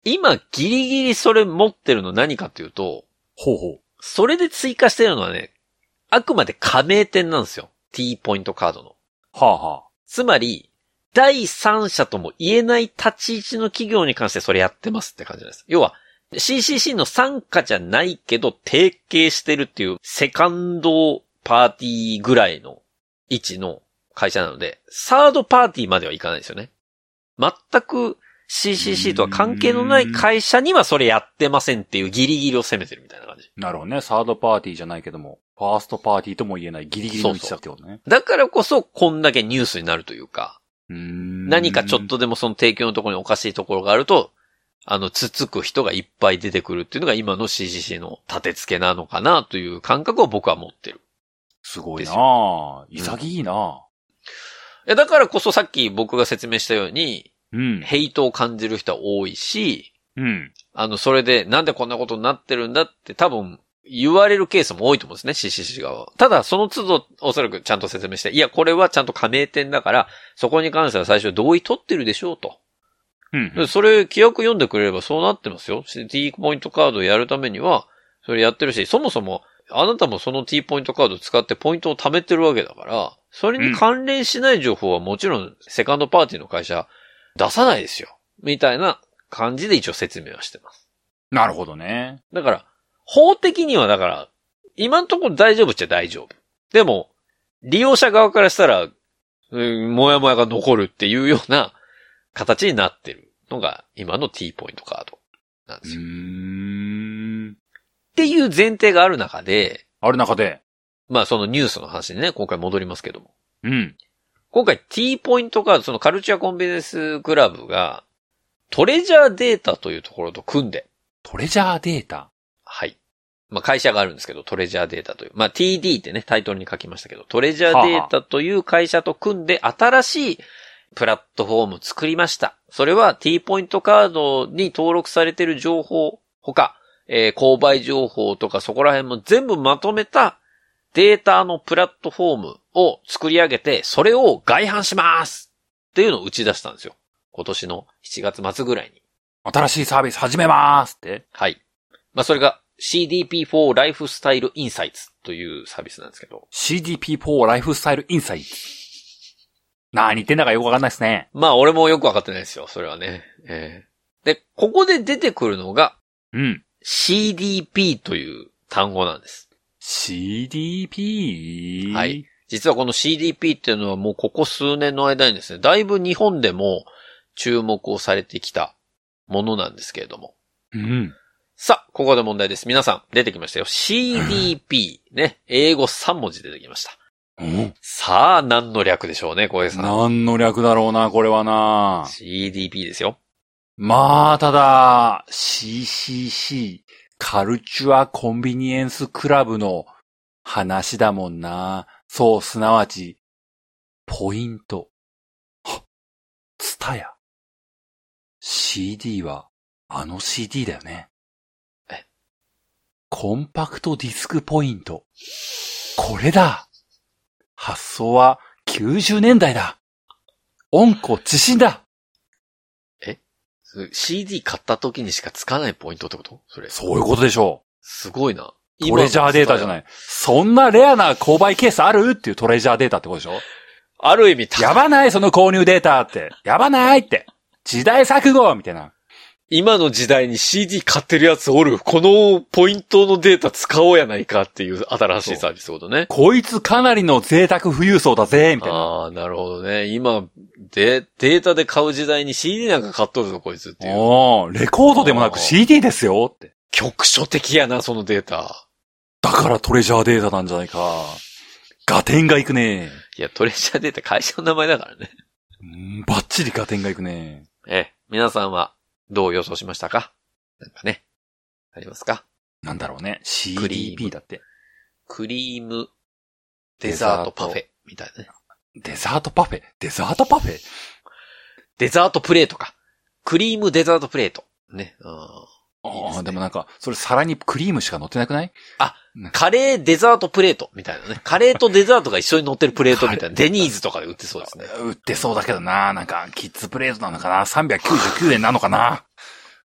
今ギリギリそれ持ってるの何かっていうと、 ほうほう。 それで追加してるのはね、あくまで加盟店なんですよ。T ポイントカードの。 はあはあ。 つまり、第三者とも言えない立ち位置の企業に関してそれやってますって感じです。要は、シーシーシー の傘下じゃないけど提携してるっていうセカンドパーティーぐらいの位置の会社なので、サードパーティーまではいかないですよね。全く シーシーシー とは関係のない会社にはそれやってませんっていうギリギリを攻めてるみたいな感じ。 なるほどね。サードパーティーじゃないけども、ファーストパーティーとも言えないギリギリの位置だってことね。そうそう。 だからこそこんだけニュースになるというか、うーん何かちょっとでもその提供のところにおかしいところがあると、あの、つつく人がいっぱい出てくるっていうのが今の シーシーシー の立て付けなのかなという感覚を僕は持ってる。 すごいなぁ。潔いなぁ、うん。いや、だからこそさっき僕が説明したように、 うん、 ヘイトを感じる人は多いし、 うん、 あの、それでなんでこんなことになってるんだって多分言われるケースも多いと思うんですね、シーシーシー 側は。ただ、その都度おそらくちゃんと説明して、いや、これはちゃんと加盟店だから、そこに関しては最初同意取ってるでしょうと。 うんうん、 それ、規約読んでくれればそうなってますよ。T ポイントカードをやるためには、それやってるし、そもそも、あなたもその T ポイントカードを使ってポイントを貯めてるわけだから、それに関連しない情報はもちろん、セカンドパーティーの会社、出さないですよ。みたいな感じで一応説明はしてます。 なるほどね。 だから、法的にはだから、今のところ大丈夫っちゃ大丈夫。でも、利用者側からしたら、うん、もやもやが残るっていうような、形になってるのが今の T ポイントカードなんですよ。 うーんっていう前提がある中で、 ある中で、 まあそのニュースの話にね、今回戻りますけども。 うん。 今回 T ポイントカード、そのカルチュアコンビニエンスクラブが、トレジャーデータというところと組んで。 トレジャーデータ？ はい。まあ会社があるんですけど、トレジャーデータという。まあ ティーディー ってね、タイトルに書きましたけど、トレジャーデータという会社と組んで新しいプラットフォーム作りました。それは T ポイントカードに登録されている情報、他、えー、購買情報とかそこら辺も全部まとめたデータのプラットフォームを作り上げて、それを外販しますっていうのを打ち出したんですよ。今年のしちがつ末ぐらいに。 新しいサービス始めますって。 はい。まあそれが シーディーピーフォー Lifestyle Insights というサービスなんですけど。 シーディーピーフォー Lifestyle Insights。何言ってんだかよくわかんないですね。 まあ俺もよくわかってないですよ、それはね。えー、で、ここで出てくるのが、 うん。 シーディーピー という単語なんです。 シーディーピー？ はい。実はこの シーディーピー っていうのはもうここ数年の間にですね、だいぶ日本でも注目をされてきたものなんですけれども。 うん。 さあ、ここで問題です。皆さん、出てきましたよ。シーディーピー。ね。英語さん文字出てきました。 うん、 さあ、何の略でしょうね、小江さん。 何の略だろうな、これはな。 シーディーピー ですよ。 まあ、ただ、シーシーシー、カルチュアコンビニエンスクラブの話だもんな。そう、すなわち、ポイント。はっ、ツタヤ。シーディー は、あの シーディー だよね。 え？ コンパクトディスクポイント。これだ。発想はきゅうじゅうねんだいだ。温故知新だ。 え？ シーディー 買った時にしかつかないポイントってこと？それ。 そういうことでしょう。 すごいな。 トレジャーデータじゃない。そんなレアな購買ケースあるっていうトレジャーデータってことでしょ？ ある意味、 やばないその購入データって。やばないって。時代錯誤みたいな。 今の時代に シーディー 買ってるやつおる。このポイントのデータ使おうやないかっていう新しいサービスってことね。 こいつかなりの贅沢富裕層だぜみたいな。 ああ、なるほどね。今、で、データで買う時代に シーディー なんか買っとるぞ、こいつっていう。 おー、レコードでもなく シーディー ですよって。 局所的やな、そのデータ。 だからトレジャーデータなんじゃないか。ガテンがいくね。 いや、トレジャーデータ会社の名前だからね。 うん、バッチリガテンがいくね。 ええ、皆さんはどう予想しましたか？なんかね。ありますか？ なんだろうね。シーディーピー だって。 クリームデザートパフェみたいなね。 デザートパフェデザートパフェデザートプレートか。クリームデザートプレート。ね。 ああ、いいですね。でもなんか、それ皿にクリームしか乗ってなくない？ あ、カレーデザートプレートみたいなね。カレーとデザートが一緒に乗ってるプレートみたいな。デニーズとかで売ってそうですね。 売ってそうだけどな。なんか、キッズプレートなのかな ?さんびゃくきゅうじゅうきゅうえんなのかな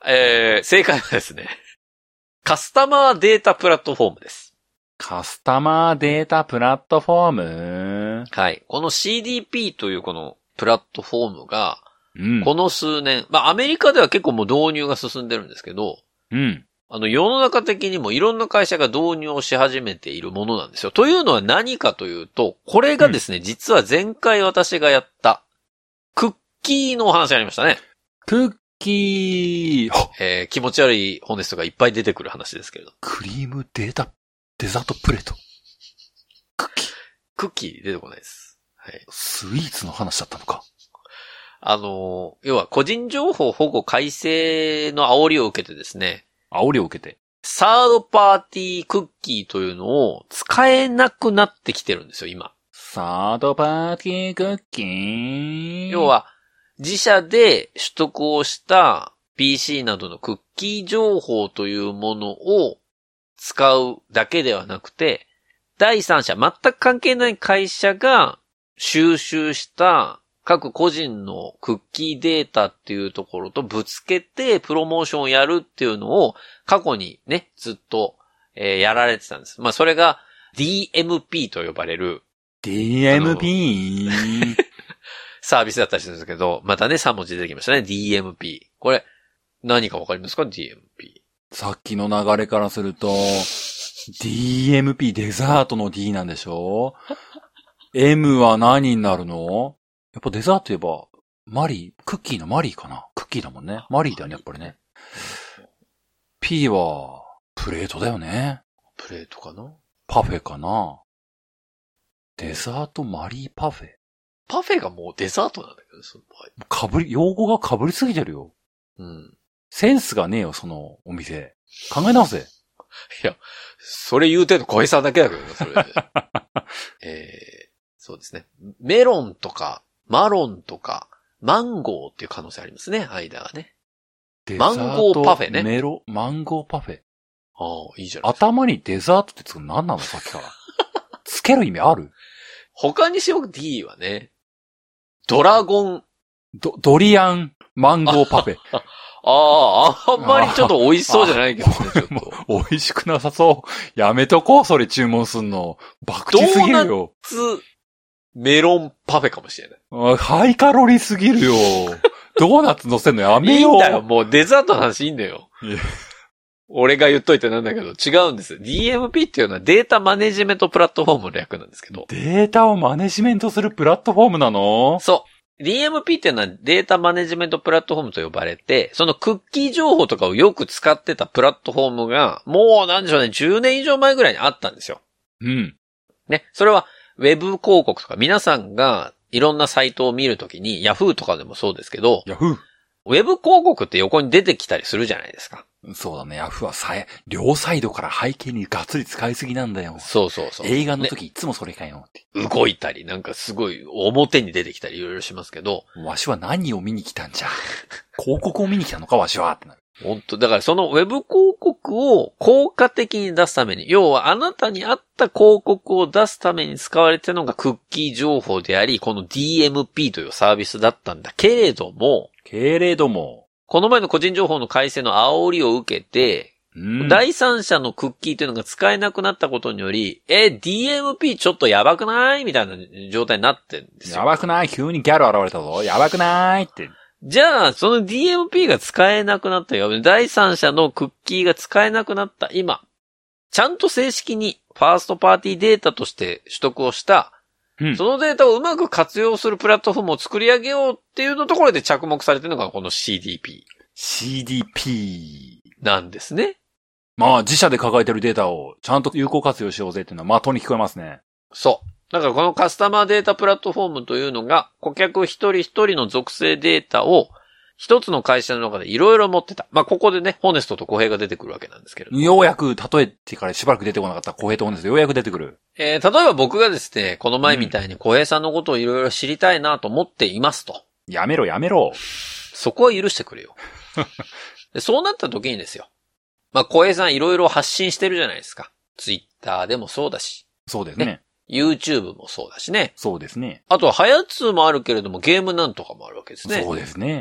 えー、正解はですね、カスタマーデータプラットフォームです。 カスタマーデータプラットフォーム？ はい。この シーディーピー というこのプラットフォームが、 うん、 この数年、まあアメリカでは結構もう導入が進んでるんですけど、 うん。 あの世の中的にもいろんな会社が導入をし始めているものなんですよ。というのは何かというと、これがですね、うん、実は前回私がやったクッキーのお話がありましたね。 クッキー、 えー、気持ち悪いホネストがいっぱい出てくる話ですけれど。 クリームデータ、デザートプレート。クッキー。 クッキー出てこないです。はい。 スイーツの話だったのか。 あの、要は個人情報保護改正の煽りを受けてですね。 煽りを受けて。 サードパーティークッキーというのを使えなくなってきてるんですよ、今。 サードパーティークッキー？ 要は、自社で取得をした ピーシー などのクッキー情報というものを使うだけではなくて、第三者、全く関係ない会社が収集した各個人のクッキーデータっていうところとぶつけてプロモーションをやるっていうのを過去にね、ずっと、えー、やられてたんです。まあそれが ディーエムピー と呼ばれるディーエムピーサービスだったりするんですけど、またね、さん文字出てきましたね。ディーエムピー。これ、何かわかりますか ?ディーエムピー。さっきの流れからすると、ディーエムピー デザートの D なんでしょ?M は何になるの？やっぱデザート言えば、マリー、クッキーのマリーかな？クッキーだもんね。マリーだよね、やっぱりね。P は、プレートだよね。 プレートかな？ パフェかな？デザートマリーパフェ。 パフェがもうデザートなんだけどね、その場合。 かぶり、用語が被りすぎてるよ。 うん。 センスがねえよ、そのお店。考え直せ。 いや、それ言うてんの小平さんだけだけどね、それ。えー、そうですね。メロンとか、マロンとか、マンゴーっていう可能性ありますね、間がね。マンゴーパフェね。 メロ、マンゴーパフェ。 ああ、いいじゃないですか。頭にデザートってつくの何なのさっきから。つける意味ある？ 他にしよう D はね、ドラゴン。 ド、ドリアン、マンゴーパフェ。 ああ、あんまりちょっと美味しそうじゃないけどね、ちょっと。 美味しくなさそう。やめとこう、それ注文すんの。博打すぎるよ。 ドーナツ、メロンパフェかもしれない。 ハイカロリーすぎるよ。ドーナツ乗せんのやめよう。 いいんだよ、もうデザートの話いいんだよ。俺が言っといてなんだけど、違うんです。ディーエムピー っていうのはデータマネジメントプラットフォームの略なんですけど。 データをマネジメントするプラットフォームなの？ そう。ディーエムピー っていうのはデータマネジメントプラットフォームと呼ばれて、そのクッキー情報とかをよく使ってたプラットフォームが、もうなんでしょうね、じゅうねん以上前ぐらいにあったんですよ。 うん。 ね。それは、ウェブ広告とか皆さんがいろんなサイトを見るときに、Yahoo とかでもそうですけど、 Yahoo。 ウェブ広告って横に出てきたりするじゃないですか。 そうだね。ヤフーはさえ、両サイドから背景にがっつり使いすぎなんだよ。 そうそうそう。 映画の時、ね、いつもそれかよって。 動いたり、なんかすごい表に出てきたりいろいろしますけど。 わしは何を見に来たんじゃ。広告を見に来たのかわしはってなる。 本当だからそのウェブ広告を効果的に出すために、要はあなたに合った広告を出すために使われているのがクッキー情報であり、この ディーエムピー というサービスだったんだけれども、 けれども、 この前の個人情報の改正の煽りを受けて、うん、第三者のクッキーというのが使えなくなったことにより、え、ディーエムピー ちょっとやばくないみたいな状態になってるんですよ。 やばくない急にギャル現れたぞ。やばくないって。 じゃあ、その ディーエムピー が使えなくなったよ。第三者のクッキーが使えなくなった今、ちゃんと正式にファーストパーティーデータとして取得をした、うん、そのデータをうまく活用するプラットフォームを作り上げようっていうのところで着目されてるのがこの シーディーピー。 シーディーピーなんですね。 まあ自社で抱えてるデータをちゃんと有効活用しようぜっていうのは的に聞こえますね。 そう。だからこのカスタマーデータプラットフォームというのが顧客一人一人の属性データを一つの会社の中でいろいろ持ってた。まあここでね、ホネストと小平が出てくるわけなんですけれども。 ようやく例えてからしばらく出てこなかった小平とホネストようやく出てくる。 えー、例えば僕がですね、この前みたいに小平さんのことをいろいろ知りたいなと思っていますと。 やめろやめろ。 そこは許してくれよ。でそうなった時にですよ。まあ、小平さんいろいろ発信してるじゃないですか。ツイッターでもそうだし。 そうですね。ね YouTube もそうだしね。 そうですね。 あとは、はやつもあるけれども、ゲームなんとかもあるわけですね。 そうですね。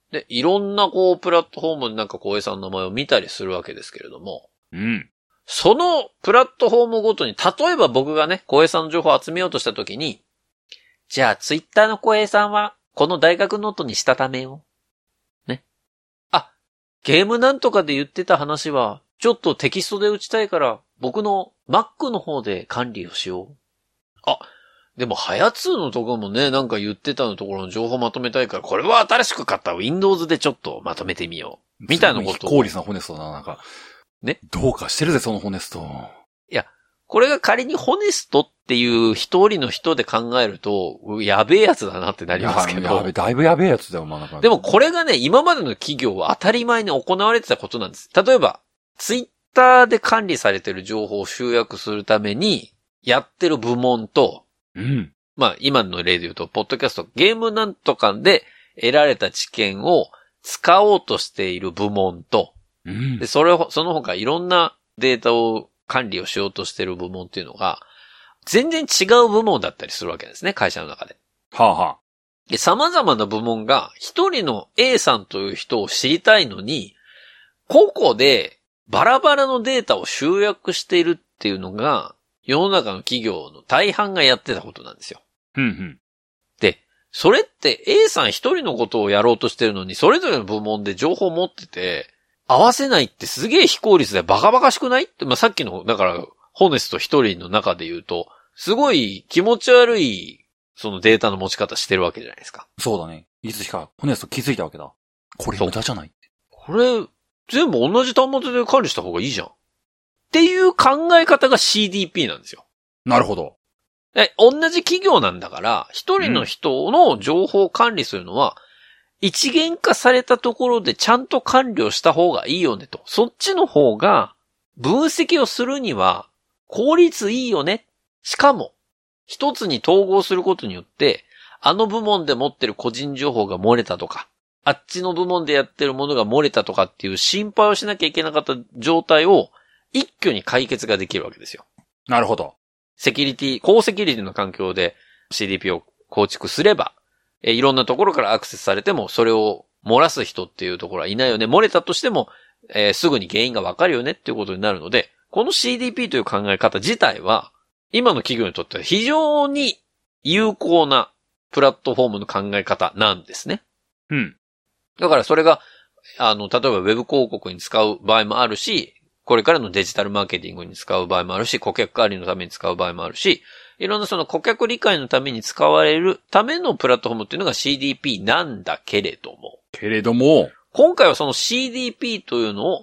で、いろんなこう、プラットフォームになんか小江さんの名前を見たりするわけですけれども。 うん。 そのプラットフォームごとに、例えば僕がね、小江さんの情報を集めようとしたときに、じゃあツイッターの小江さんは、この大学ノートにしたためよう。ね。あ、ゲームなんとかで言ってた話は、ちょっとテキストで打ちたいから、僕の Mac の方で管理をしよう。あ、でも、ハヤツーのところもね、なんか言ってたのところの情報まとめたいから、これは新しく買った Windows でちょっとまとめてみよう。みたいなことを。 非効率なホネストだな、なんか。ね。どうかしてるぜ、そのホネスト。 いや、これが仮にホネストっていう一人の人で考えると、やべえやつだなってなりますけど。 やべ、だいぶやべえやつだよ、まあ、なんか。 でもこれがね、今までの企業は当たり前に行われてたことなんです。例えば、ツイッターで管理されてる情報を集約するために、やってる部門と、 うん。 まあ、今の例で言うと、ポッドキャスト、ゲームなんとかで得られた知見を使おうとしている部門と、 うん、 で、それを、その他いろんなデータを管理をしようとしている部門っていうのが、全然違う部門だったりするわけですね、会社の中で。 はあはあ。 で、様々な部門が一人の A さんという人を知りたいのに、個々でバラバラのデータを集約しているっていうのが、世の中の企業の大半がやってたことなんですよ。 うんうん。 で、それって A さん一人のことをやろうとしてるのに、それぞれの部門で情報を持ってて、合わせないってすげえ非効率でバカバカしくないって、まあ、さっきの、だから、ホネスト一人の中で言うと、すごい気持ち悪い、そのデータの持ち方してるわけじゃないですか。 そうだね。いつしか、ホネスト気づいたわけだ。これ無駄じゃない？ これ、全部同じ端末で管理した方がいいじゃん。っていう考え方が シーディーピー なんですよ。 なるほど。 え、同じ企業なんだから、一人の人の情報を管理するのは、うん、一元化されたところでちゃんと管理をした方がいいよねと。そっちの方が、分析をするには、効率いいよね。しかも、一つに統合することによって、あの部門で持ってる個人情報が漏れたとか、あっちの部門でやってるものが漏れたとかっていう心配をしなきゃいけなかった状態を、一挙に解決ができるわけですよ。 なるほど。 セキュリティ、高セキュリティの環境で シーディーピー を構築すれば、え、いろんなところからアクセスされても、それを漏らす人っていうところはいないよね。漏れたとしても、えー、すぐに原因がわかるよねっていうことになるので、この シーディーピー という考え方自体は、今の企業にとっては非常に有効なプラットフォームの考え方なんですね。 うん。 だからそれが、あの、例えばウェブ広告に使う場合もあるし、これからのデジタルマーケティングに使う場合もあるし、顧客管理のために使う場合もあるし、いろんなその顧客理解のために使われるためのプラットフォームっていうのが シーディーピー なんだけれども。 けれども、 今回はその シーディーピー というのを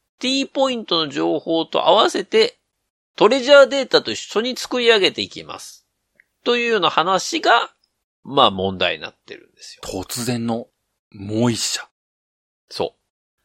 T ポイントの情報と合わせてトレジャーデータと一緒に作り上げていきます。というような話が、まあ問題になってるんですよ。 突然のもう一社。 そう。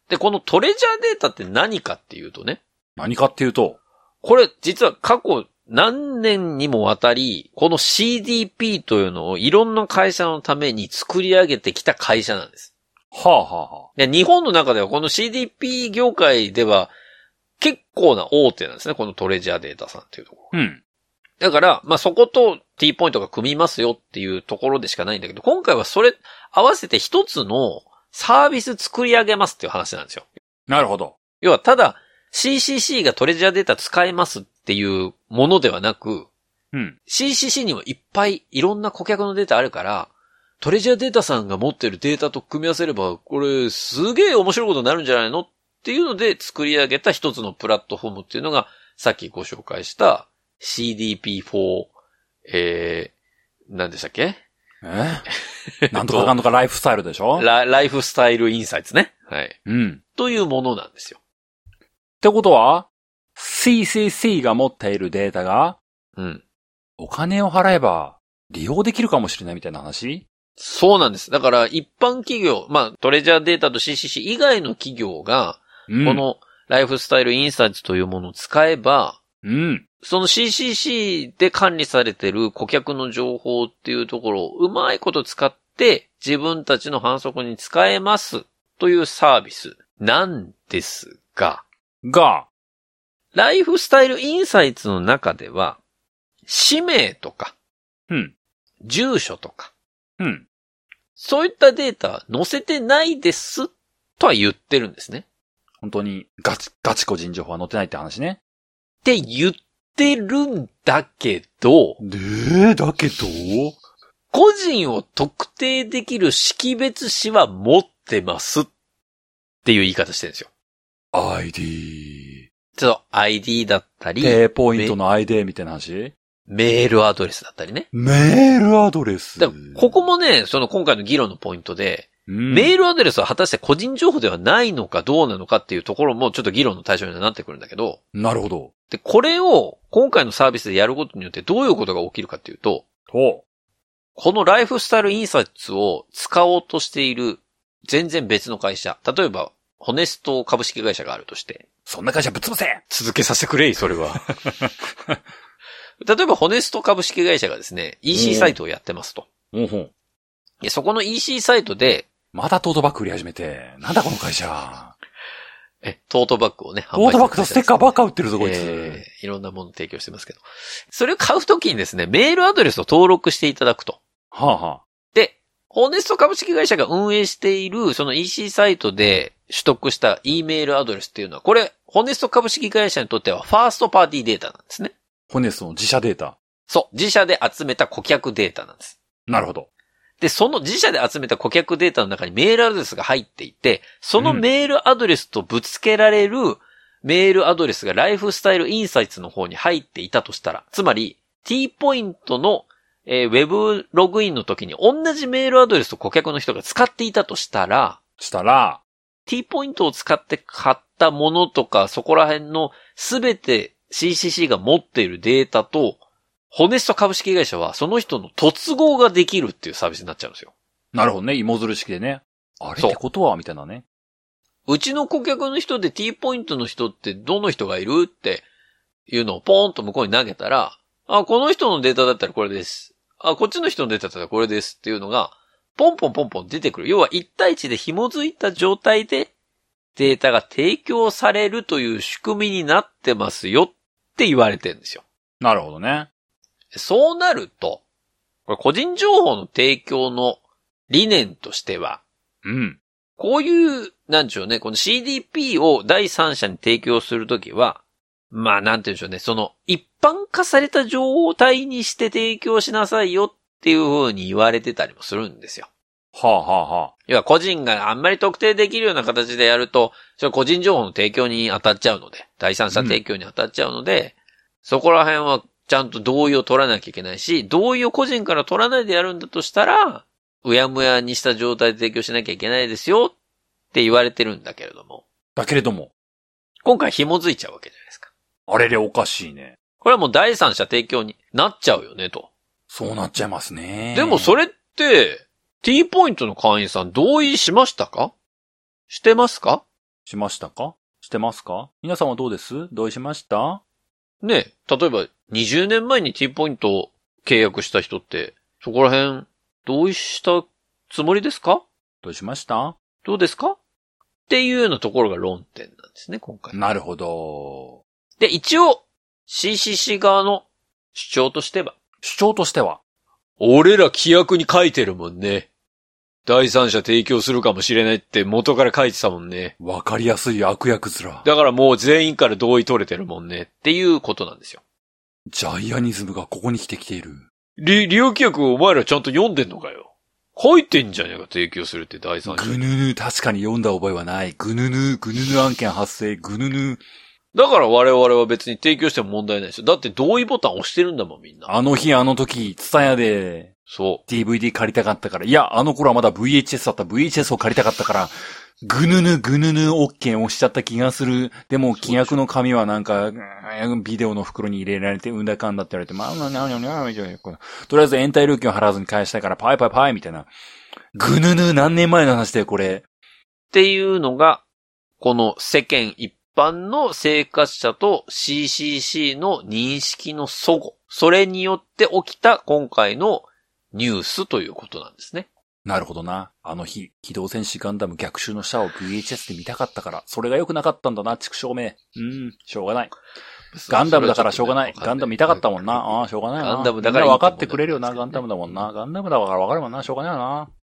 で、このトレジャーデータって何かっていうとね。 何かっていうと、 これ実は過去何年にもわたり、この シーディーピー というのをいろんな会社のために作り上げてきた会社なんです。 はあはあはあ。 で、日本の中ではこの シーディーピー 業界では結構な大手なんですね。このトレジャーデータさんっていうところ。 うん。 だから、まあ、そこと T ポイントが組みますよっていうところでしかないんだけど、今回はそれ合わせて一つのサービス作り上げますっていう話なんですよ。 なるほど。 要はただ シーシーシー がトレジャーデータ使えますっていうものではなく、 うん。 シーシーシー にもいっぱいいろんな顧客のデータあるから、トレジャーデータさんが持ってるデータと組み合わせれば、これすげえ面白いことになるんじゃないのっていうので作り上げた一つのプラットフォームっていうのが、さっきご紹介した シーディーピーフォー、えー、何でしたっけ？ えなんとかかんとかライフスタイルでしょ？ ラ、ライフスタイルインサイツね。はい。 うん。 というものなんですよ。 ってことは、シーシーシー が持っているデータが、 うん。 お金を払えば利用できるかもしれないみたいな話？ そうなんです。だから一般企業、まあトレジャーデータと シーシーシー 以外の企業が、 うん、 このライフスタイルインサイツというものを使えば、 うん。 その シーシーシー で管理されている顧客の情報っていうところをうまいこと使って自分たちの反則に使えますというサービスなんですが、 が、 ライフスタイルインサイツの中では、氏名とか、 うん。 住所とか、 うん。 そういったデータ載せてないですとは言ってるんですね。 本当にガチ、ガチ個人情報は載ってないって話ね。 って言ってるんだけど、 でー、だけど個人を特定できる識別子は持ってますっていう言い方してるんですよ。 アイディー。 ちょっと アイディー だったり、 T ポイントの アイディー みたいな話？ メールアドレスだったりね。 メールアドレス。 だからここもね、その今回の議論のポイントで、うん、メールアドレスは果たして個人情報ではないのかどうなのかっていうところもちょっと議論の対象になってくるんだけど。 なるほど。 で、これを今回のサービスでやることによってどういうことが起きるかっていうと、 とこのライフスタイルインサイツを使おうとしている全然別の会社、例えばホネスト株式会社があるとして。 そんな会社ぶっ潰せ！ 続けさせてくれい、それは。例えばホネスト株式会社がですね、イーシー サイトをやってますと。 うんうん、 でそこの イーシー サイトで、 またトートバッグ売り始めて、なんだこの会社。 え、トートバッグをね、 トートバッグとステッカーばっか売ってるぞ、こいつ。 えー、いろんなもの提供してますけど。それを買うときにですね、メールアドレスを登録していただくと。 はあはあ。 で、ホネスト株式会社が運営している、その イーシー サイトで取得した E メールアドレスっていうのは、これ、ホネスト株式会社にとってはファーストパーティーデータなんですね。 ホネストの自社データ。 そう、自社で集めた顧客データなんです。 なるほど。 で、その自社で集めた顧客データの中にメールアドレスが入っていて、そのメールアドレスとぶつけられるメールアドレスがライフスタイルインサイツの方に入っていたとしたら、つまり T ポイントの、えー、ウェブログインの時に同じメールアドレスと顧客の人が使っていたとしたら、 したら、 T ポイントを使って買ったものとか、そこら辺のすべて シーシーシー が持っているデータと、ホネスト株式会社はその人の突合ができるっていうサービスになっちゃうんですよ。 なるほどね。芋づる式でね。あれってことはみたいなね。 うちの顧客の人で T ポイントの人ってどの人がいるっていうのをポーンと向こうに投げたら、あ、この人のデータだったらこれです。あ、こっちの人のデータだったらこれですっていうのが、ポンポンポンポン出てくる。要は一対一で紐づいた状態でデータが提供されるという仕組みになってますよって言われてるんですよ。 なるほどね。 そうなると、これ個人情報の提供の理念としては、 うん。 こういう、なんでしょうね、この シーディーピー を第三者に提供するときは、まあなんて言うんでしょうね、その一般化された状態にして提供しなさいよっていう風に言われてたりもするんですよ。 はあはあはあ。 要は個人があんまり特定できるような形でやると、それ個人情報の提供に当たっちゃうので、第三者提供に当たっちゃうので、うん、そこら辺はちゃんと同意を取らなきゃいけないし、同意を個人から取らないでやるんだとしたら、うやむやにした状態で提供しなきゃいけないですよって言われてるんだけれども。 だけれども。 今回紐づいちゃうわけじゃないですか。 あれれおかしいね。 これはもう第三者提供になっちゃうよねと。 そうなっちゃいますね。 でもそれって、T ポイントの会員さん同意しましたか？してますか？ しましたか？してますか？皆さんはどうです？同意しました？ ねえ、例えばにじゅうねんまえに T ポイントを契約した人って、そこら辺同意したつもりですか？ どうしました？ どうですか？っていうようなところが論点なんですね、今回。 なるほど。 で、一応 シーシーシー 側の主張としては。 主張としては俺ら規約に書いてるもんね。第三者提供するかもしれないって元から書いてたもんね。 わかりやすい悪役面。 だからもう全員から同意取れてるもんねっていうことなんですよ。 ジャイアニズムがここに来てきている。 利、利用規約をお前らちゃんと読んでんのかよ。書いてんじゃねえか、提供するって第三者。 ぐぬぬ、確かに読んだ覚えはない。ぐぬぬ、ぐぬぬ案件発生、ぐぬぬ。 だから我々は別に提供しても問題ないですよ。だって同意ボタン押してるんだもん、みんな。 あの日あの時、ツタヤで、 そう。 ディーブイディー 借りたかったから、いや、あの頃はまだ ブイエイチエス だった ブイエイチエス を借りたかったから、ぐぬぬぐぬぬ OK 押しちゃった気がする。でも、規約の紙はなんか、ビデオの袋に入れられて、うんだかんだって言われて、まあ、なにゃにゃにゃにゃとりあえず延滞料金を払わずに返したいから、パイパイパイみたいな。ぐぬぬ何年前の話だよ、これ。 っていうのが、この世間一般の生活者と シーシーシー の認識の齟齬。それによって起きた今回のニュースということなんですね。 なるほどな。あの日、機動戦士ガンダム逆襲のシャアを ブイエイチエス で見たかったから、それが良くなかったんだな、畜生め。うん、しょうがない。ガンダムだからしょうがない。ガンダム見たかったもんな。ああ、しょうがないな。 ガンダムだからいい分かってくれるよな、ガンダムだもんな。ガンダムだから分かるもんな、しょうがないよな。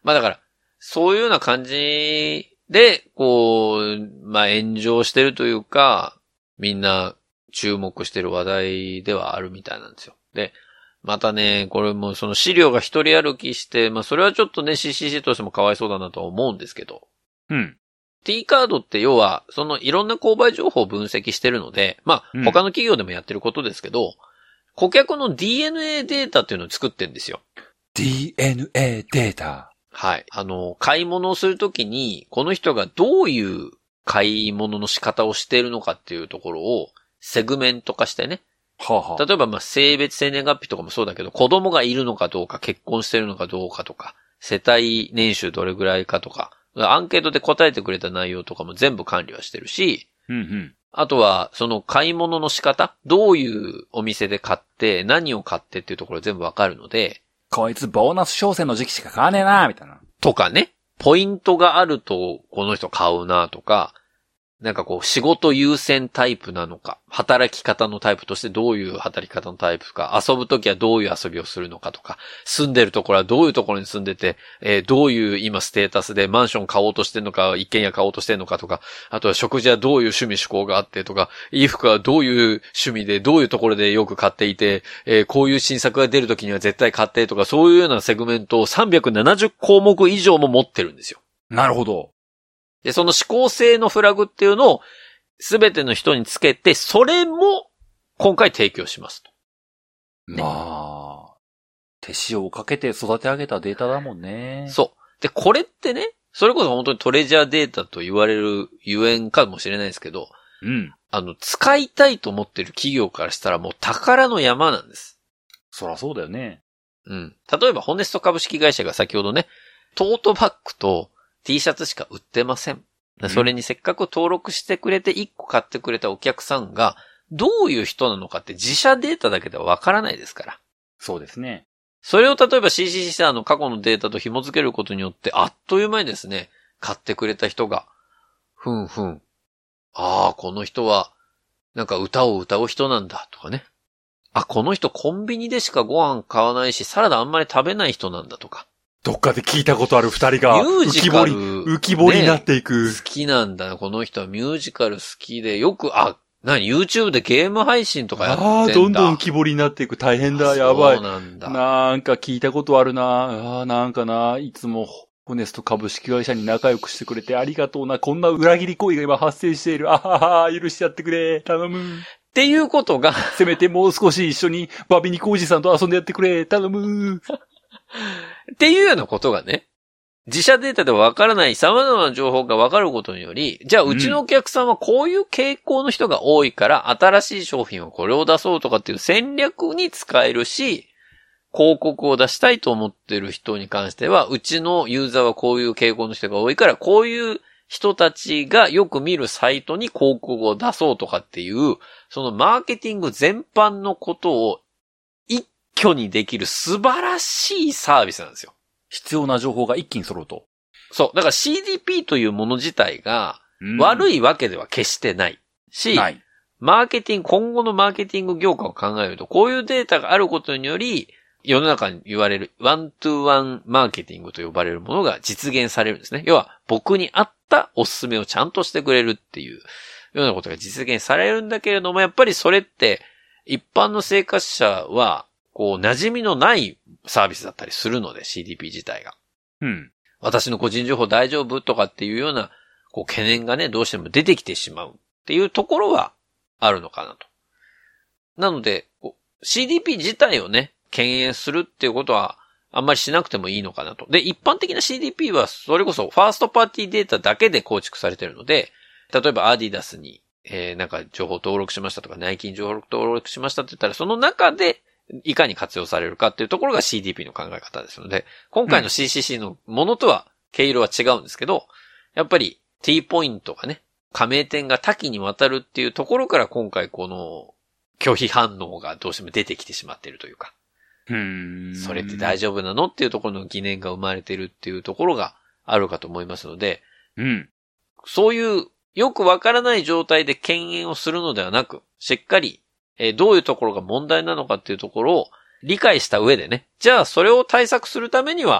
まあだから、そういうような感じで、こう、まあ炎上してるというか、みんな注目してる話題ではあるみたいなんですよ。で、またね、これもその資料が一人歩きして、まあそれはちょっとね、シーシーシー としてもかわいそうだなとは思うんですけど。 うん。 T カードって要は、そのいろんな購買情報を分析してるので、まあ他の企業でもやってることですけど、うん、顧客の ディーエヌエー データっていうのを作ってるんですよ。 ディーエヌエー データ。 はい。あの、買い物をするときに、この人がどういう買い物の仕方をしているのかっていうところを、セグメント化してね。 はあはあ、 例えば、まあ、性別、生年月日とかもそうだけど、子供がいるのかどうか、結婚してるのかどうかとか、世帯年収どれぐらいかとか、アンケートで答えてくれた内容とかも全部管理はしてるし、 うんうん、 あとは、その買い物の仕方、どういうお店で買って、何を買ってっていうところ全部わかるので、 こいつボーナス商戦の時期しか買わねえなみたいな。 とかね。ポイントがあると、この人買うなとか、なんかこう、仕事優先タイプなのか、働き方のタイプとしてどういう働き方のタイプか、遊ぶときはどういう遊びをするのかとか、住んでるところはどういうところに住んでて、えー、どういう今ステータスでマンション買おうとしてるのか、一軒家買おうとしてるのかとか、あとは食事はどういう趣味嗜好があってとか、衣服はどういう趣味で、どういうところでよく買っていて、えー、こういう新作が出るときには絶対買ってとか、そういうようなセグメントをさんびゃくななじゅうこうもく以上も持ってるんですよ。 なるほど。 で、その指向性のフラグっていうのをすべての人につけて、それも今回提供しますと。 ね、まあ、手塩をかけて育て上げたデータだもんね。 そう。で、これってね、それこそ本当にトレジャーデータと言われるゆえんかもしれないですけど、 うん。 あの、使いたいと思ってる企業からしたらもう宝の山なんです。 そらそうだよね。 うん。例えば、ホネスト株式会社が先ほどね、トートバッグとT シャツしか売ってません。それにせっかく登録してくれていっこ買ってくれたお客さんがどういう人なのかって自社データだけではわからないですから。 そうですね。 それを例えば シーシーシー 社の過去のデータと紐付けることによってあっという間にですね、買ってくれた人が、ふんふん。ああ、この人はなんか歌を歌う人なんだとかね。あ、この人コンビニでしかご飯買わないしサラダあんまり食べない人なんだとか。 どっかで聞いたことある二人が浮き彫り、浮き彫りになっていく、 ね。好きなんだな、この人はミュージカル好きで、よく、あ、何 ?YouTube でゲーム配信とかやってんだ。ああ、 どんどん浮き彫りになっていく。大変だ、やばい。 そうなんだ。 なんか聞いたことあるな。ああ、なんかな、いつも、ホネスト株式会社に仲良くしてくれてありがとうな。こんな裏切り行為が今発生している。あはは、許しちゃってくれ。頼む。 っていうことが。 せめてもう少し一緒にバビニコおじさんと遊んでやってくれ。頼む。 っていうようなことがね。自社データではわからない様々な情報がわかることにより、じゃあうちのお客さんはこういう傾向の人が多いから、新しい商品をこれを出そうとかっていう戦略に使えるし、広告を出したいと思ってる人に関しては、うちのユーザーはこういう傾向の人が多いから、こういう人たちがよく見るサイトに広告を出そうとかっていう、そのマーケティング全般のことを一挙にできる素晴らしいサービスなんですよ。 必要な情報が一気に揃うと。 そう。だから シーディーピー というもの自体が悪いわけでは決してないし、ない。マーケティング、今後のマーケティング業界を考えると、こういうデータがあることにより、世の中に言われるワントゥーワンマーケティングと呼ばれるものが実現されるんですね。要は、僕に合ったおすすめをちゃんとしてくれるっていうようなことが実現されるんだけれども、やっぱりそれって一般の生活者はこう馴染みのないサービスだったりするので シーディーピー 自体が。 うん。 私の個人情報大丈夫とかっていうようなこう懸念がね、どうしても出てきてしまうっていうところはあるのかなと。なので、シーディーピー 自体をね、敬遠するっていうことはあんまりしなくてもいいのかなと。で、一般的な シーディーピー はそれこそファーストパーティーデータだけで構築されているので、例えばアディダスに、えー、なんか情報登録しましたとか、ナイキに情報登録しましたって言ったら、その中でいかに活用されるかっていうところが シーディーピー の考え方ですので、今回の シーシーシー のものとは毛色は違うんですけど、やっぱり T ポイントがね、加盟店が多岐にわたるっていうところから今回この拒否反応がどうしても出てきてしまっているというか、 うーん、 それって大丈夫なのっていうところの疑念が生まれているっていうところがあるかと思いますので、 うん、 そういうよくわからない状態で敬遠をするのではなく、しっかり、えー、どういうところが問題なのかっていうところを理解した上でね、じゃあそれを対策するためには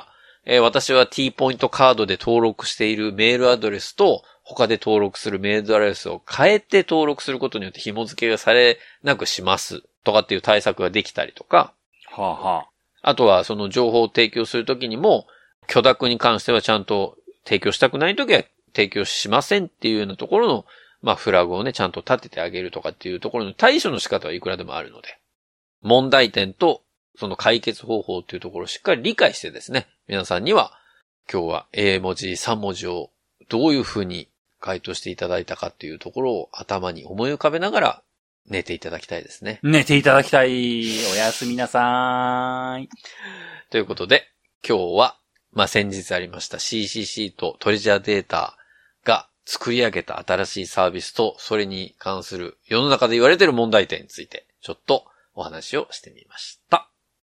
えー、私は T ポイントカードで登録しているメールアドレスと、他で登録するメールアドレスを変えて登録することによって紐付けがされなくします。とかっていう対策ができたりとか。 はあはあ。 あとはその情報を提供するときにも、許諾に関してはちゃんと提供したくないときは提供しませんっていうようなところの、まあフラグをね、ちゃんと立ててあげるとかっていうところの対処の仕方はいくらでもあるので、問題点とその解決方法っていうところをしっかり理解してですね、皆さんには今日は A 文字さん文字をどういうふうに回答していただいたかっていうところを頭に思い浮かべながら寝ていただきたいですね。 寝ていただきたい。おやすみなさい。 ということで、今日は、まあ、先日ありました シーシーシー とトレジャーデータが作り上げた新しいサービスと、それに関する世の中で言われている問題点について、ちょっとお話をしてみました。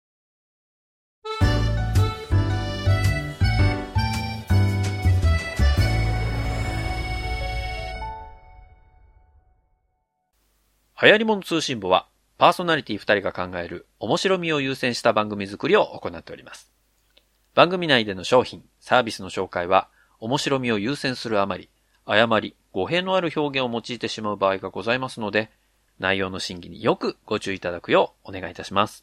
流行り物通信簿は、パーソナリティふたりが考える面白みを優先した番組作りを行っております。番組内での商品、サービスの紹介は、面白みを優先するあまり、誤り、語弊のある表現を用いてしまう場合がございますので、内容の審議によくご注意いただくようお願いいたします。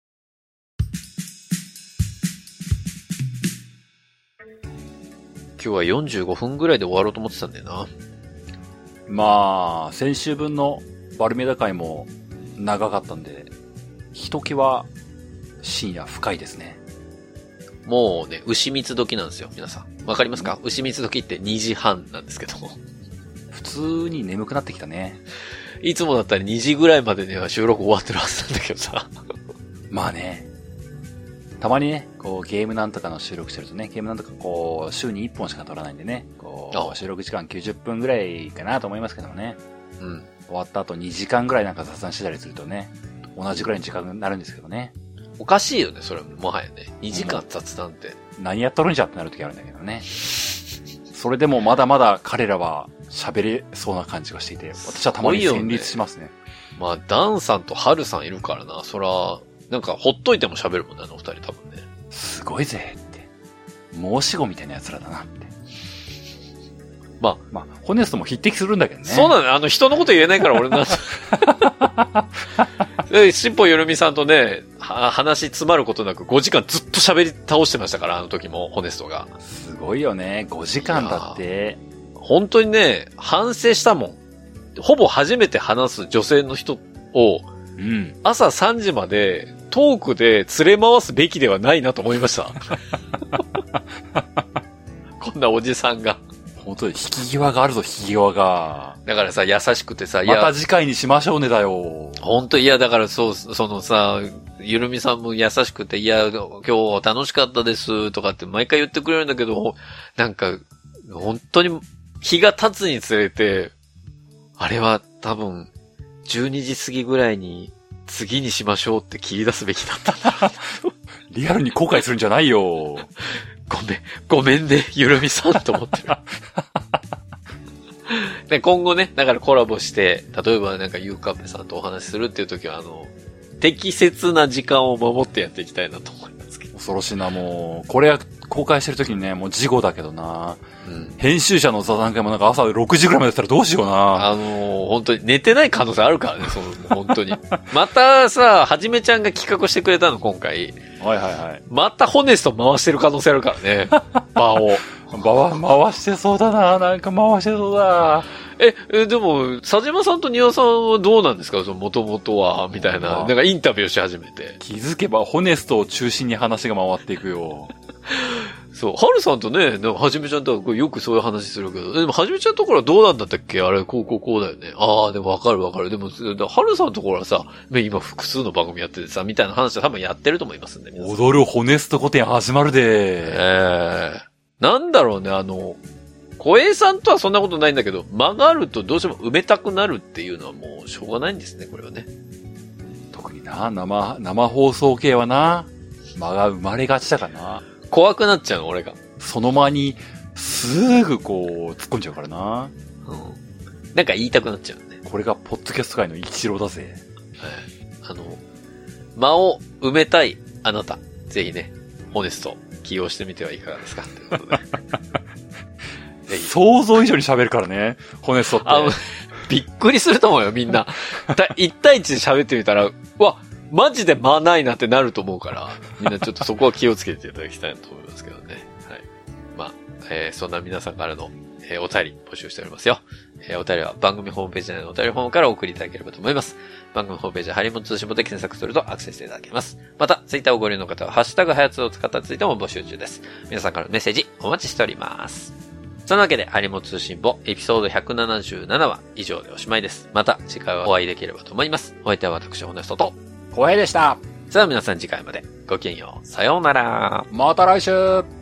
今日はよんじゅうごふんぐらいで終わろうと思ってたんだよな。 まあ、先週分のバルメダ会も長かったんで、ひときわ深夜深いですね。 もうね、牛蜜時なんですよ、皆さん。わかりますか？牛蜜時ってにじはんなんですけど。 普通に眠くなってきたね。 いつもだったらにじぐらいまでには収録終わってるはずなんだけどさ。 まあね。たまにね、こうゲームなんとかの収録してるとね、ゲームなんとかこう週にいっぽんしか撮らないんでね、こう収録時間きゅうじゅっぷんぐらいかなと思いますけどもね。 うん。 終わった後にじかんぐらいなんか雑談してたりするとね、同じぐらいの時間になるんですけどね。 おかしいよね、それもはやね。にじかん雑談って。 うん、何やっとるんじゃってなる時あるんだけどね。それでもまだまだ彼らは喋れそうな感じがしていて、私はたまに戦慄しますね。ねまあ、ダンさんとハルさんいるからな。そら、なんかほっといても喋るもんね、あの二人多分ね。 すごいぜって。申し子みたいな奴らだなって。まあ、まあ、ホネストも匹敵するんだけどね。 そうなの、あの人のこと言えないから俺なんで、しっぽゆるみさんとね、話詰まることなくごじかんずっと喋り倒してましたから、あの時も、ホネストが。 すごいよね。ごじかんだって。 本当にね、反省したもん。ほぼ初めて話す女性の人を、 うん、 朝さんじまでトークで連れ回すべきではないなと思いました。こんなおじさんが。 本当に引き際があるぞ、引き際が。 だからさ、優しくてさ、 また次回にしましょうねだよ。 本当いや、だからそう、そのさ、ゆるみさんも優しくて、いや、今日楽しかったですとかって毎回言ってくれるんだけど、なんか、本当に日が経つにつれて、あれは多分、じゅうにじ過ぎぐらいに次にしましょうって切り出すべきだったんだろう。 リアルに後悔するんじゃないよ。 ごめん、ごめんね、ゆるみさんと思ってる。で、今後ね、だからコラボして、例えばなんかゆうかぺさんとお話しするっていう時は、あの、適切な時間を守ってやっていきたいなと思いますけど。 恐ろしいな、もう。これ公開してる時にね、もう事後だけどな。 うん、 編集者の座談会もなんか朝ろくじぐらいまでやったらどうしような。 あのー、本当に寝てない可能性あるからね、その、本当に。またさ、はじめちゃんが企画してくれたの、今回。 はいはいはい。 またホネスト回してる可能性あるからね。場を。 場は回してそうだな。なんか回してそうだ。 え、え、でも、佐島さんと庭さんはどうなんですかその元々は、みたいな。なんかインタビューし始めて。 気づけばホネストを中心に話が回っていくよ。 そう、はるさんとね、なんかはじめちゃんとはよくそういう話するけど、でもはじめちゃんのところはどうなんだったっけあれ、こうこうこうだよね。ああ、でもわかるわかる。でも、はるさんのところはさ、今複数の番組やっててさ、みたいな話は多分やってると思いますんで。 踊るホネスト御殿始まるで。 ええー。なんだろうね、あの、小平さんとはそんなことないんだけど、間があるとどうしても埋めたくなるっていうのはもうしょうがないんですね、これはね。 特にな、生、生放送系はな、間が生まれがちだからな。 怖くなっちゃうの、俺が。 その間に、すぐこう、突っ込んじゃうからな。 うん。なんか言いたくなっちゃうね。 これがポッドキャスト界の一郎だぜ。 はい。あの、間を埋めたいあなた、ぜひね、ホネスト、聞起用してみてはいかがですかということで。 想像以上に喋るからね、骨そって。 あ、びっくりすると思うよ、みんな。一対一で喋ってみたら、うわ、マジで間ないなってなると思うから、みんなちょっとそこは気をつけていただきたいなと思いますけどね。はい。まあ、えー、そんな皆さんからの、えー、お便り募集しておりますよ。えー、お便りは番組ホームページ内のお便りフォームからお送りいただければと思います。番組ホームページはハリモン通信簿で検索するとアクセスいただけます。また、ツイッターをご利用の方は、ハッシュタグハヤツを使ったツイートも募集中です。皆さんからのメッセージお待ちしております。そのわけで、ハリモン通信簿エピソードひゃくななじゅうななは以上でおしまいです。また次回はお会いできればと思います。お相手は私、ホネストと、 小平でした。 さあ皆さん次回までごきげんよう。さようなら。 また来週。